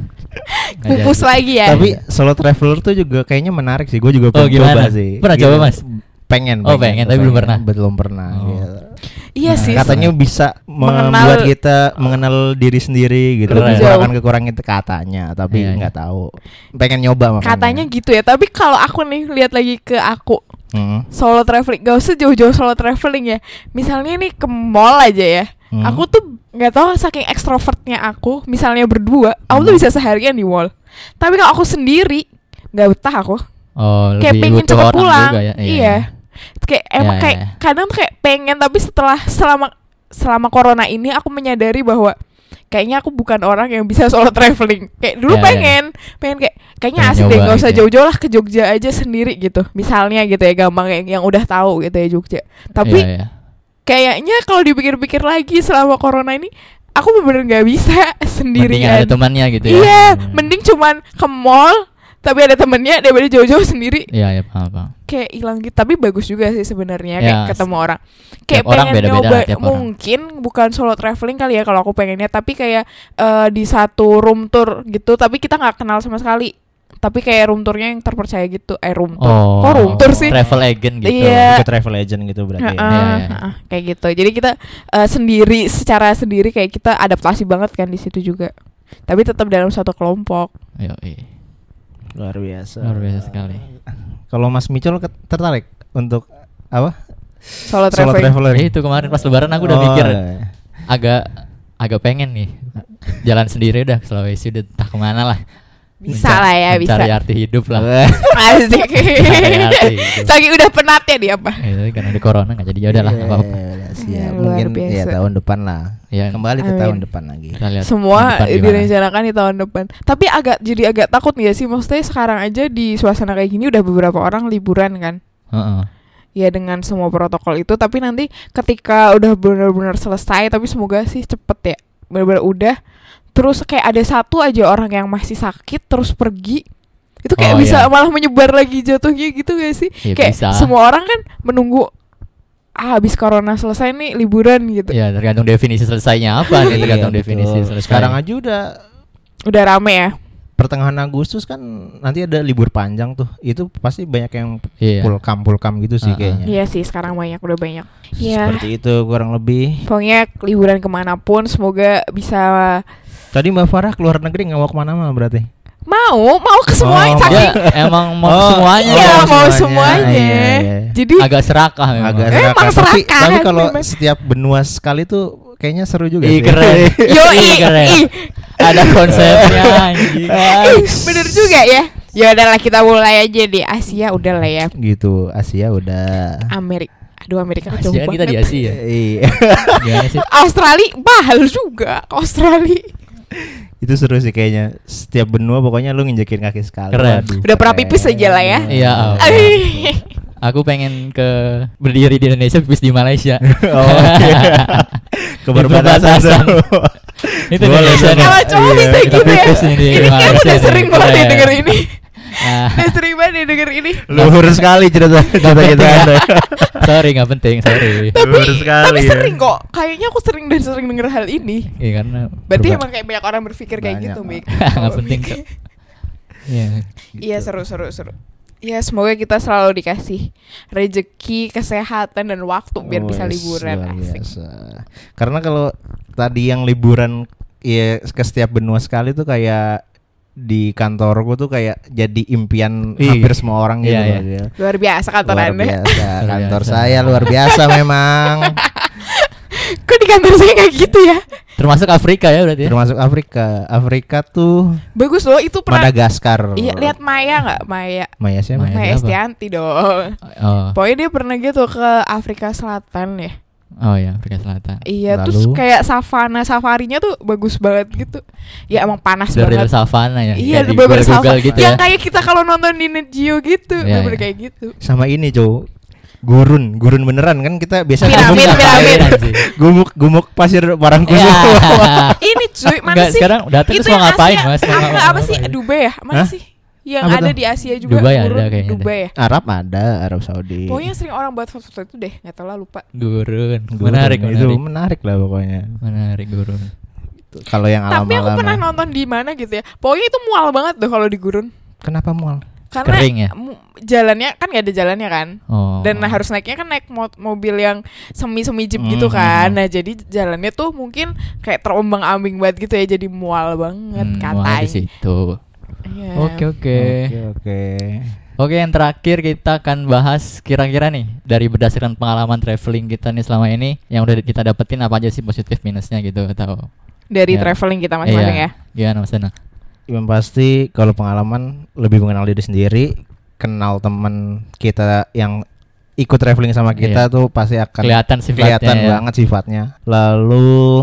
nggak Pupus jadi. lagi ya. Tapi solo traveler tuh juga kayaknya menarik sih. Gue juga Oh, pengen gimana? coba sih. Pernah Gitu. coba, Mas? Pengen. Oh, pengen, tapi belum pernah. Belum pernah. Oh. Gitu. Iya Nah, sih. Katanya bisa Mengenal- membuat kita mengenal diri sendiri gitu. Keren. Kekurangan kekurangan itu katanya, tapi Iya, iya. nggak tahu. Pengen nyoba makanya. Katanya gitu ya. Tapi kalau aku nih lihat lagi ke aku Hmm. solo traveling, gak usah jauh-jauh solo traveling ya. Misalnya nih ke mall aja ya. Hmm. Aku tuh nggak tahu saking ekstrovertnya aku. Misalnya berdua, aku tuh Hmm. bisa seharian di mall. Tapi kalau aku sendiri nggak betah aku. Oh, Kayak lebih pengen butuh cepet orang pulang. juga ya. Iya. Kayak emang Iya, kayak iya. kadang tuh kayak pengen, tapi setelah selama selama corona ini aku menyadari bahwa kayaknya aku bukan orang yang bisa solo traveling. Kayak dulu Iya, iya. pengen, pengen kayak kayaknya Pengen asik deh, nyoba nggak usah gitu ya. jauh-jauh lah ke Jogja aja sendiri gitu. Misalnya gitu ya, gampang yang, yang udah tahu gitu ya Jogja. Tapi Iya, iya. kayaknya kalau dipikir-pikir lagi selama corona ini aku bener-bener nggak bisa Mending sendirian. ada temannya gitu ya. Iya, Hmm. mending cuman ke mall tapi ada temennya daripada jauh-jauh sendiri. Iya, iya, paham, paham. Kayak hilang gitu. Tapi bagus juga sih sebenarnya Ya, kayak ketemu orang. Kayak tiap orang pengen beda-beda, nyoba, tiap orang. mungkin bukan solo traveling kali ya kalau aku pengennya, tapi kayak eh, di satu room tour gitu, tapi kita nggak kenal sama sekali. Tapi kayak room tournya yang terpercaya gitu. Eh room tour. Oh. Kok room tour sih? Travel agent gitu. Iya. Ikut travel agent gitu berarti. Heeh, ya. Iya, iya. heeh, kayak gitu. Jadi kita eh, sendiri secara sendiri kayak kita adaptasi banget kan di situ juga. Tapi tetap dalam satu kelompok. Iya, iya. Luar biasa. Luar biasa sekali. Kalau Mas Micol ke- tertarik untuk apa? Solo Solo traveling. traveler. Ya, itu kemarin pas lebaran aku udah Oh, mikir iya. agak agak pengen nih jalan sendiri udah ke Sulawesi, udah entah kemana lah. Bisa Menca- lah ya, bisa. mencari arti hidup lah. Asik. Mencari arti hidup. Saking udah penatnya dia apa? Itu kan ada corona nggak jadi, ya udahlah nggak apa-apa. Iya, udah siap. Ya, luar Mungkin biasa. ya tahun depan lah. Ya, Kembali ke Amin. tahun depan lagi. kita lihat Semua tahun depan gimana. direncanakan di tahun depan. Tapi agak jadi agak takut nggak sih? Maksudnya sekarang aja di suasana kayak gini udah beberapa orang liburan kan? Heeh. Ya dengan semua protokol itu. Tapi nanti ketika udah benar-benar selesai, tapi semoga sih cepet ya. Benar-benar udah. Terus kayak ada satu aja orang yang masih sakit terus pergi. Itu kayak Oh, bisa iya. malah menyebar lagi jatuhnya gitu gak sih? Ya, kayak bisa. semua orang kan menunggu ah, habis corona selesai nih liburan gitu. Ya tergantung definisi selesainya apa nih, Iya, tergantung betul. definisi selesai. Sekarang aja udah Udah rame ya. pertengahan Agustus kan nanti ada libur panjang tuh. Itu pasti banyak yang Iya. pulkam pulkam gitu sih Uh-uh. kayaknya. Iya sih sekarang banyak, udah banyak. Iya. Seperti itu kurang lebih. Pokoknya liburan kemanapun semoga bisa Tadi Mbak Farah keluar negeri nggak mau kemana-mana berarti? mau mau ke semuanya. Oh, saking- Dia emang mau Oh, semuanya. Iya oh, mau semuanya. semuanya. Iya, iya. Jadi Agak serakah memang. Agak Emang serakah. Tapi, serakah, tapi kalau memang. setiap benua sekali tuh kayaknya seru juga Ih, sih. keren. Yoi, Ih, keren. ih. Ada konsepnya anjing. Ih, bener juga ya. Ya udahlah kita mulai aja di Asia udah lah ya. Gitu, Asia udah. Amerika. Aduh Amerika Asia kan kita di banget. Asia. Iya. Gimana sih? Australia bahal juga ke Australia. Itu seru sih kayaknya. Setiap benua pokoknya lu nginjekin kaki sekali. Keren. Waduh, Udah pernah keren. pipis aja lah ya. Iya. apa. Ay. Aku pengen ke berdiri di Indonesia, pipis di Malaysia. Oh, iya. Ke Di perbatasan. perbatasan. Itu Boleh, nih biasanya. Kalau cowok Iya, bisa kita gitu ya. pipis ini, Ini kayak harusnya udah nih, sering banget nih keren. denger ini. Ah, Udah sering banget nih denger ini. Luhur sekali cerita cerita kita Anda. sorry nggak penting, sorry. Tapi Luhur sekali tapi ya. sering kok. Kayaknya aku sering dan sering denger hal ini. Iya karena Berarti berba- emang kayak banyak orang berpikir kayak Banyak, gitu, Mik. nggak penting kok. Iya. Iya seru seru seru. Ya semoga kita selalu dikasih rezeki, kesehatan dan waktu biar bisa Wes, liburan. luar Asik. biasa. Karena kalau tadi yang liburan ya ke setiap benua sekali tuh kayak di kantorku tuh kayak jadi impian Ih. hampir semua orang gitu Iya, loh iya. dia. Luar biasa kantor Luar Anda. biasa. Luar Kantor biasa. saya luar biasa memang. Kok di kantor saya kayak gitu ya? Termasuk Afrika ya berarti ya? Termasuk Afrika. Afrika tuh Bagus loh itu pernah. Madagaskar. Iya lihat Maya nggak Maya? Maya siapa? Maya. Maya siapa? Estianti dong. Oh, Pokoknya dia pernah gitu ke Afrika Selatan ya. oh ya Afrika Selatan. Iya, Lalu? terus kayak savana safarinya tuh bagus banget gitu. Ya emang panas The real banget. savana ya. Iya, Kayak di bener-bener Google savana. gitu Yang ya. kayak kita kalau nonton di Net Geo gitu, Iya, bener-bener iya. kayak gitu. Sama ini, Cow. Gurun, gurun beneran kan kita biasa Piramid, gumuk- piramid. Anjing. gumuk gumuk pasir Parangkusumo. Ya. Ini cuy, mana Enggak, sih? sekarang datang Itu terus mau yang ngapain, Asia- Mas? Mau Apa, ngapa- apa sih? ngapain? Dubai ya? Mana Hah? sih? Yang Apa ada tuh? di Asia juga. Dubai ada gurun, kayaknya Dubai ya. Arab ada, Arab Saudi. Pokoknya sering orang buat foto-foto itu deh, nggak tahu lah lupa. Gurun. Gurun, Menarik, itu menarik. menarik lah pokoknya. Menarik gurun. Kalau yang Tapi aku alam-alam. pernah nonton di mana gitu ya. Pokoknya itu mual banget tuh kalau di gurun. Kenapa mual? Karena Kering ya? mu- jalannya kan gak ada jalannya kan. Oh. Dan harus naiknya kan naik mo- mobil yang semi-semi jeep Hmm, gitu kan. hmm. Nah, jadi jalannya tuh mungkin kayak terombang-ambing banget gitu ya, jadi mual banget Hmm, wah, katanya. di situ. Iya. Oke, oke. Oke, oke. Oke, yang terakhir kita akan bahas kira-kira nih dari berdasarkan pengalaman traveling kita nih selama ini yang udah kita dapetin apa aja sih positif minusnya gitu atau Dari Ya. traveling kita masing-masing Iya. ya. Gimana Mas Dana? Yang pasti kalau pengalaman lebih mengenal diri sendiri, kenal teman kita yang ikut traveling sama kita Iya. tuh pasti akan Kelihatan sifatnya kelihatan ya. banget sifatnya. Lalu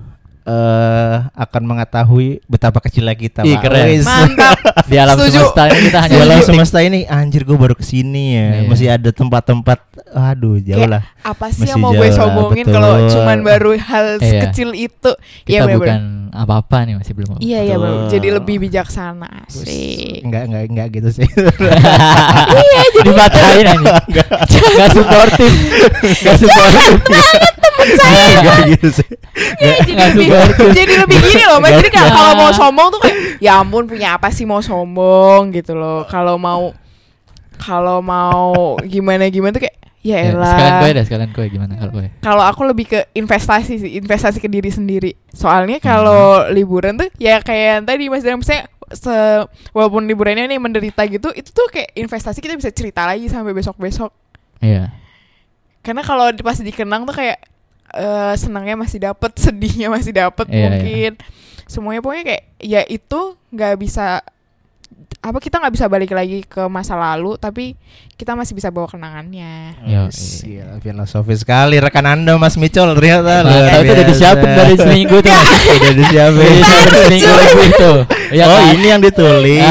eh akan mengetahui betapa kecilnya kita. Ih, Pak. keren. Wis. Mantap. Di alam Setuju. semesta ini kita hanya Di alam titik. semesta ini anjir gue baru kesini ya. Iya. Masih ada tempat-tempat aduh jauh Kayak lah. Apa sih Masih yang mau gue jauh lah, sombongin betul. kalau cuman baru hal Iya. sekecil itu. Kita Iya, bener-bener. bukan apa-apa nih masih belum. Iya iya Betul. bro. Jadi lebih bijaksana sih. Enggak enggak enggak gitu sih. Iya jadi Dipatahin aja. Enggak suportif. Enggak suportif. Enggak gitu sih. Iya, jadi nggak lebih suportif. jadi lebih gini loh Mas. Jadi kayak Nggak. kalau mau sombong tuh kayak ya ampun punya apa sih mau sombong gitu loh. Kalau mau kalau mau gimana gimana tuh kayak ya Ya, elah. sekalian gue deh, sekalian gue gimana kalau gue? Kalau aku lebih ke investasi sih, investasi ke diri sendiri. Soalnya kalau liburan tuh ya kayak yang tadi Mas Dam saya se walaupun liburannya nih menderita gitu, itu tuh kayak investasi kita bisa cerita lagi sampai besok-besok. Iya. Karena kalau di- pas dikenang tuh kayak eh, senangnya masih dapet, sedihnya masih dapet Iya, mungkin. Semuanya pokoknya kayak ya itu nggak bisa apa kita nggak bisa balik lagi ke masa lalu, tapi kita masih bisa bawa kenangannya. Yo, Yes, gila, filosofi sekali rekan Anda Mas Micol ternyata. Nah, luar itu udah biasa. disiapin dari seminggu tuh. Mas. Udah disiapin. Iya, dari seminggu lebih tuh. Iya Oh, kan? ini yang ditulis.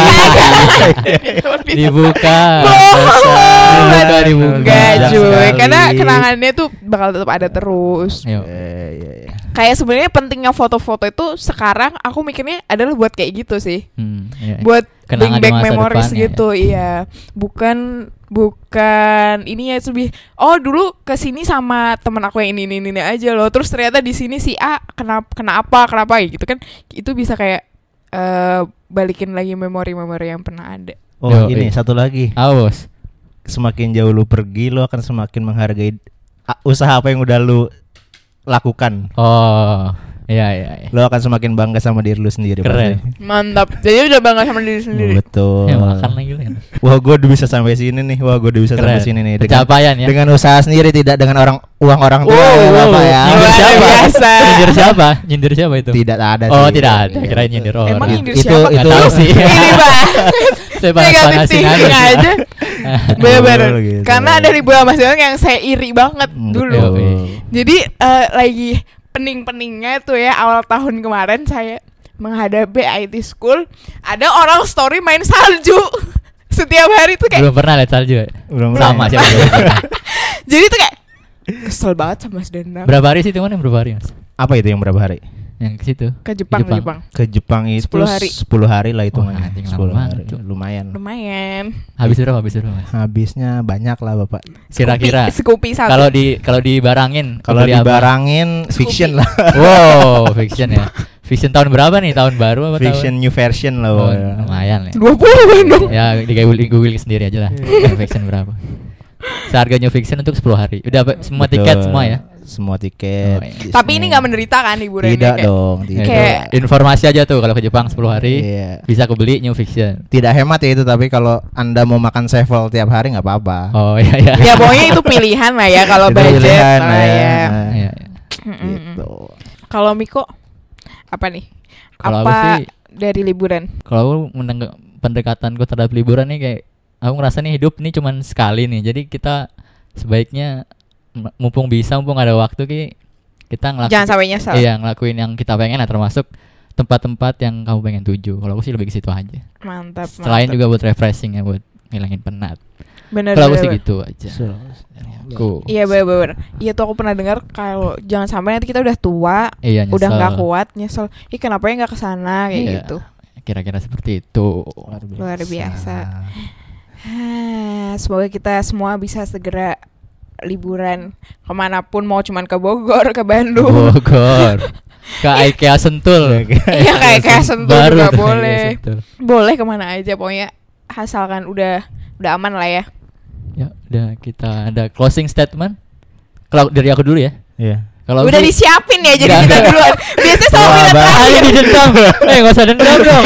Dibuka. Bohong. Dibuka, dibuka. Enggak Bijak cuy, sekali. karena kenangannya tuh bakal tetap ada terus. Yo. Eh, iya, iya. Kayak sebenarnya pentingnya foto-foto itu sekarang aku mikirnya adalah buat kayak gitu sih. Hmm, iya. Buat Kenangan bring di back masa memories depannya, gitu, iya. Bukan bukan ini ya lebih oh dulu kesini sama temen aku yang ini ini ini aja loh. Terus ternyata di sini si A kenapa kenapa kenapa gitu kan. Itu bisa kayak eh, balikin lagi memori-memori yang pernah ada. Oh, Yo, ini iya. satu lagi. Awas. Semakin jauh lu pergi, lu akan semakin menghargai a- usaha apa yang udah lu lakukan. Oh, iya iya. iya. Lu akan semakin bangga sama diri lu sendiri. Keren. pasti. Mantap. Jadi udah bangga sama diri sendiri. Betul. Ya makan lagi lah. Wah, gue udah bisa sampai sini nih. Wah, gue udah bisa sampai sini nih. Dengan, Pencapaian ya. dengan usaha sendiri, tidak dengan orang uang orang tua, Wow, ya, wow. Bapak ya. Nyindir Luar siapa? biasa. Nyindir siapa? Nyindir siapa itu? Tidak ada Oh, sih. tidak ada. Kirain nyindir orang. Emang It- nyindir itu siapa? Nggak itu tahu sih. Ini Pak. Saya Negatif panas-panasin thinking aja. aja. Bener-bener. Oh, gitu. Karena ada liburan Mas Danang yang saya iri banget Hmm, dulu. betul. Yo, Jadi eh, lagi pening-peningnya tuh ya awal tahun kemarin saya menghadapi I T school, ada orang story main salju setiap hari tuh kayak Belum pernah lihat salju. ya? Belum Sama pernah. siapa? belum pernah. jadi tuh kayak kesel banget sama Mas Danang. Berapa hari sih teman? Berapa hari Mas? Apa itu yang berapa hari? Yang ke situ. Ke Jepang, ke Jepang. Ke Jepang itu sepuluh hari. sepuluh hari lah hitungannya. Wah, anjing, sepuluh lama hari. banget, Cuk. Lumayan. Lumayan. Habis berapa? Habis berapa, Mas? Habisnya banyak lah, Bapak. Kira-kira. Scoopy satu. Kalau di kalau dibarangin, Kalau kebeli apa? dibarangin fiction lah. Wow, fiction ya. Fiction tahun berapa nih? Tahun baru apa Fiction tahun? new version lah. Oh, Bapak. lumayan ya. dua puluh kan dong. Ya, di Google, Google sendiri aja lah. New fiction berapa? Seharga new fiction untuk sepuluh hari. Udah apa, semua Betul. tiket semua ya? Semua tiket. Oh, iya. Disney. Tapi ini nggak menderita kan liburannya? Tidak kayak- dong, Ya, tidak. itu Kayak- informasi aja tuh kalau ke Jepang sepuluh hari Iya. bisa kebeli new fiction. Tidak hemat ya itu, tapi kalau Anda mau makan sevel tiap hari nggak apa-apa. Oh iya iya. Ya pokoknya itu pilihan lah ya kalau Itu budget pilihan lah lah ya. ya. Iya, iya. Mm-mm. Gitu. Kalau Miko apa nih? Kalau aku apa sih- dari liburan? Kalau aku meneng- pendekatanku terhadap liburan nih kayak aku ngerasa nih hidup nih cuman sekali nih. Jadi kita sebaiknya m- mumpung bisa, mumpung ada waktu ki kita ngelakuin. Jangan sampai nyesel. Iya, ngelakuin yang kita pengen lah, termasuk tempat-tempat yang kamu pengen tuju. Kalau aku sih lebih ke situ aja. Mantap. Selain mantap. juga buat refreshing ya, buat ngilangin penat. Bener, Kalau aku bener, sih bener. gitu aja. So- Aku. Iya bener-bener. Iya tuh aku pernah dengar kalau jangan sampai nanti kita udah tua, Iya, udah nyesel. nggak kuat, nyesel. Ih kenapa ya nggak kesana kayak Iya, gitu. Kira-kira seperti itu. Luar biasa. Hah, semoga kita semua bisa segera liburan kemanapun, mau cuman ke Bogor, ke Bandung. Bogor. Ke IKEA Sentul. Iya kayak kayak Sentul Baru juga tuh, boleh. IKEA Sentul. Boleh kemana aja pokoknya asalkan udah udah aman lah ya. Ya, udah kita ada closing statement. Kalau dari aku dulu ya. Iya. Kalau Udah aku- disiapin ya jadi Enggak, kita enggak. duluan. Biasanya selalu Wah, kita bahaya Ah, terakhir. ini dendam. Eh, enggak usah dendam dong.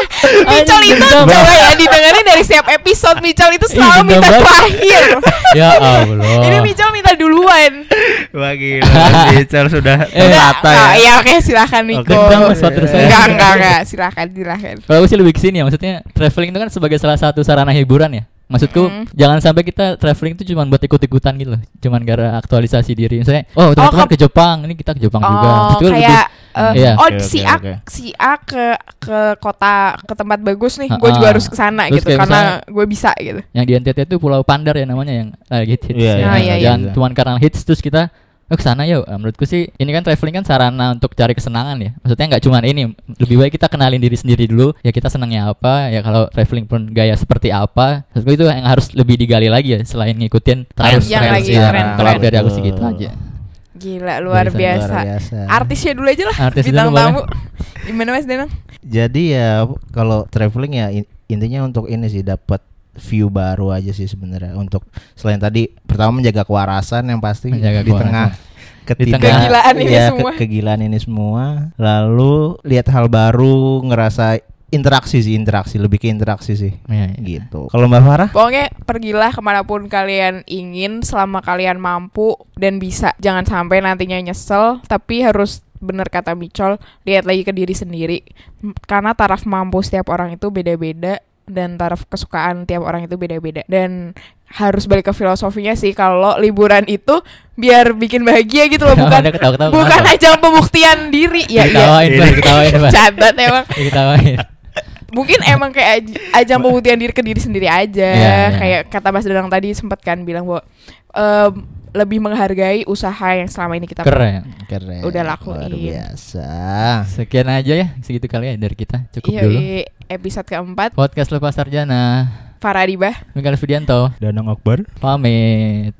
Micol Anjing, itu dendam. coba ya didengerin dari setiap episode. Micol itu Ih, selalu dendam minta banget. terakhir. Ya Allah. Ini Micol minta duluan. Wah gila, Bicar sudah Eh, tertata Ah, ya. iya oke silakan Niko. Oke, dendam, Mas, Fatur saya. Enggak enggak enggak silakan silakan. Kalau aku sih lebih ke sini ya, maksudnya traveling itu kan sebagai salah satu sarana hiburan ya. Maksudku Mm. jangan sampai kita traveling itu cuma buat ikut-ikutan gitu loh. Cuman gara aktualisasi diri. Misalnya, oh teman-teman ke- ke Jepang, ini kita ke Jepang juga. Oh Maksudku lebih- kayak eh, Iya. oh Oke, si oke, A oke. si A ke ke kota ke tempat bagus nih, Ha-ha. gue juga harus ke sana Terus gitu kayak karena gue bisa gitu. yang di N T T itu Pulau Pandar ya namanya yang lagi hits. Iya, ya. iya, iya, Jangan iya. cuman karena hits terus kita oh kesana yuk. Nah, menurutku sih ini kan traveling kan sarana untuk cari kesenangan ya. Maksudnya nggak cuman ini. Lebih baik kita kenalin diri sendiri dulu. Ya kita senangnya apa. Ya kalau traveling pun gaya seperti apa. Maksudku itu yang harus lebih digali lagi ya. Selain ngikutin tren Yang tren lagi sekarang. tren-tren. Kalau dari aku sih gitu Betul. aja. Gila luar Luar biasa. Luar biasa. Artisnya dulu aja lah. Artis bintang dulu tamu. boleh. Gimana Mas Danang? Jadi ya kalau traveling ya in- intinya untuk ini sih dapat view baru aja sih sebenarnya. Untuk selain tadi pertama menjaga kewarasan yang pasti Menjaga di kewarasan. tengah Di ketiga tengah kegilaan ini ya, semua. ke- kegilaan ini semua. Lalu lihat hal baru, ngerasa interaksi sih, interaksi lebih ke interaksi sih. Ya, ya. Gitu. Kalau Mbak Farah? Pokoknya pergilah kemanapun kalian ingin selama kalian mampu dan bisa. Jangan sampai nantinya nyesel. Tapi harus bener kata Micol, lihat lagi ke diri sendiri. M- Karena taraf mampu setiap orang itu beda-beda dan taraf kesukaan tiap orang itu beda-beda. Dan harus balik ke filosofinya sih kalau liburan itu biar bikin bahagia gitu loh, bukan Ada ketawa-ketawa bukan kenapa? ajang pembuktian diri. Ya iya. Diketawain, Pak, diketawain, Pak. Catat emang. Diketawain. Mungkin emang kayak aj- ajang pembuktian diri ke diri sendiri aja. Iya, iya. Kayak kata Mas Danang tadi sempat kan bilang bahwa em, lebih menghargai usaha yang selama ini kita Keren. Keren. Udah lakuin. Luar biasa. Sekian aja ya, segitu kali ya dari kita. Cukup Iya, dulu. episode keempat. Podcast Lepas Sarjana. Farah Adibah. Mikael Vidianto. Danang Akbar. Pamit.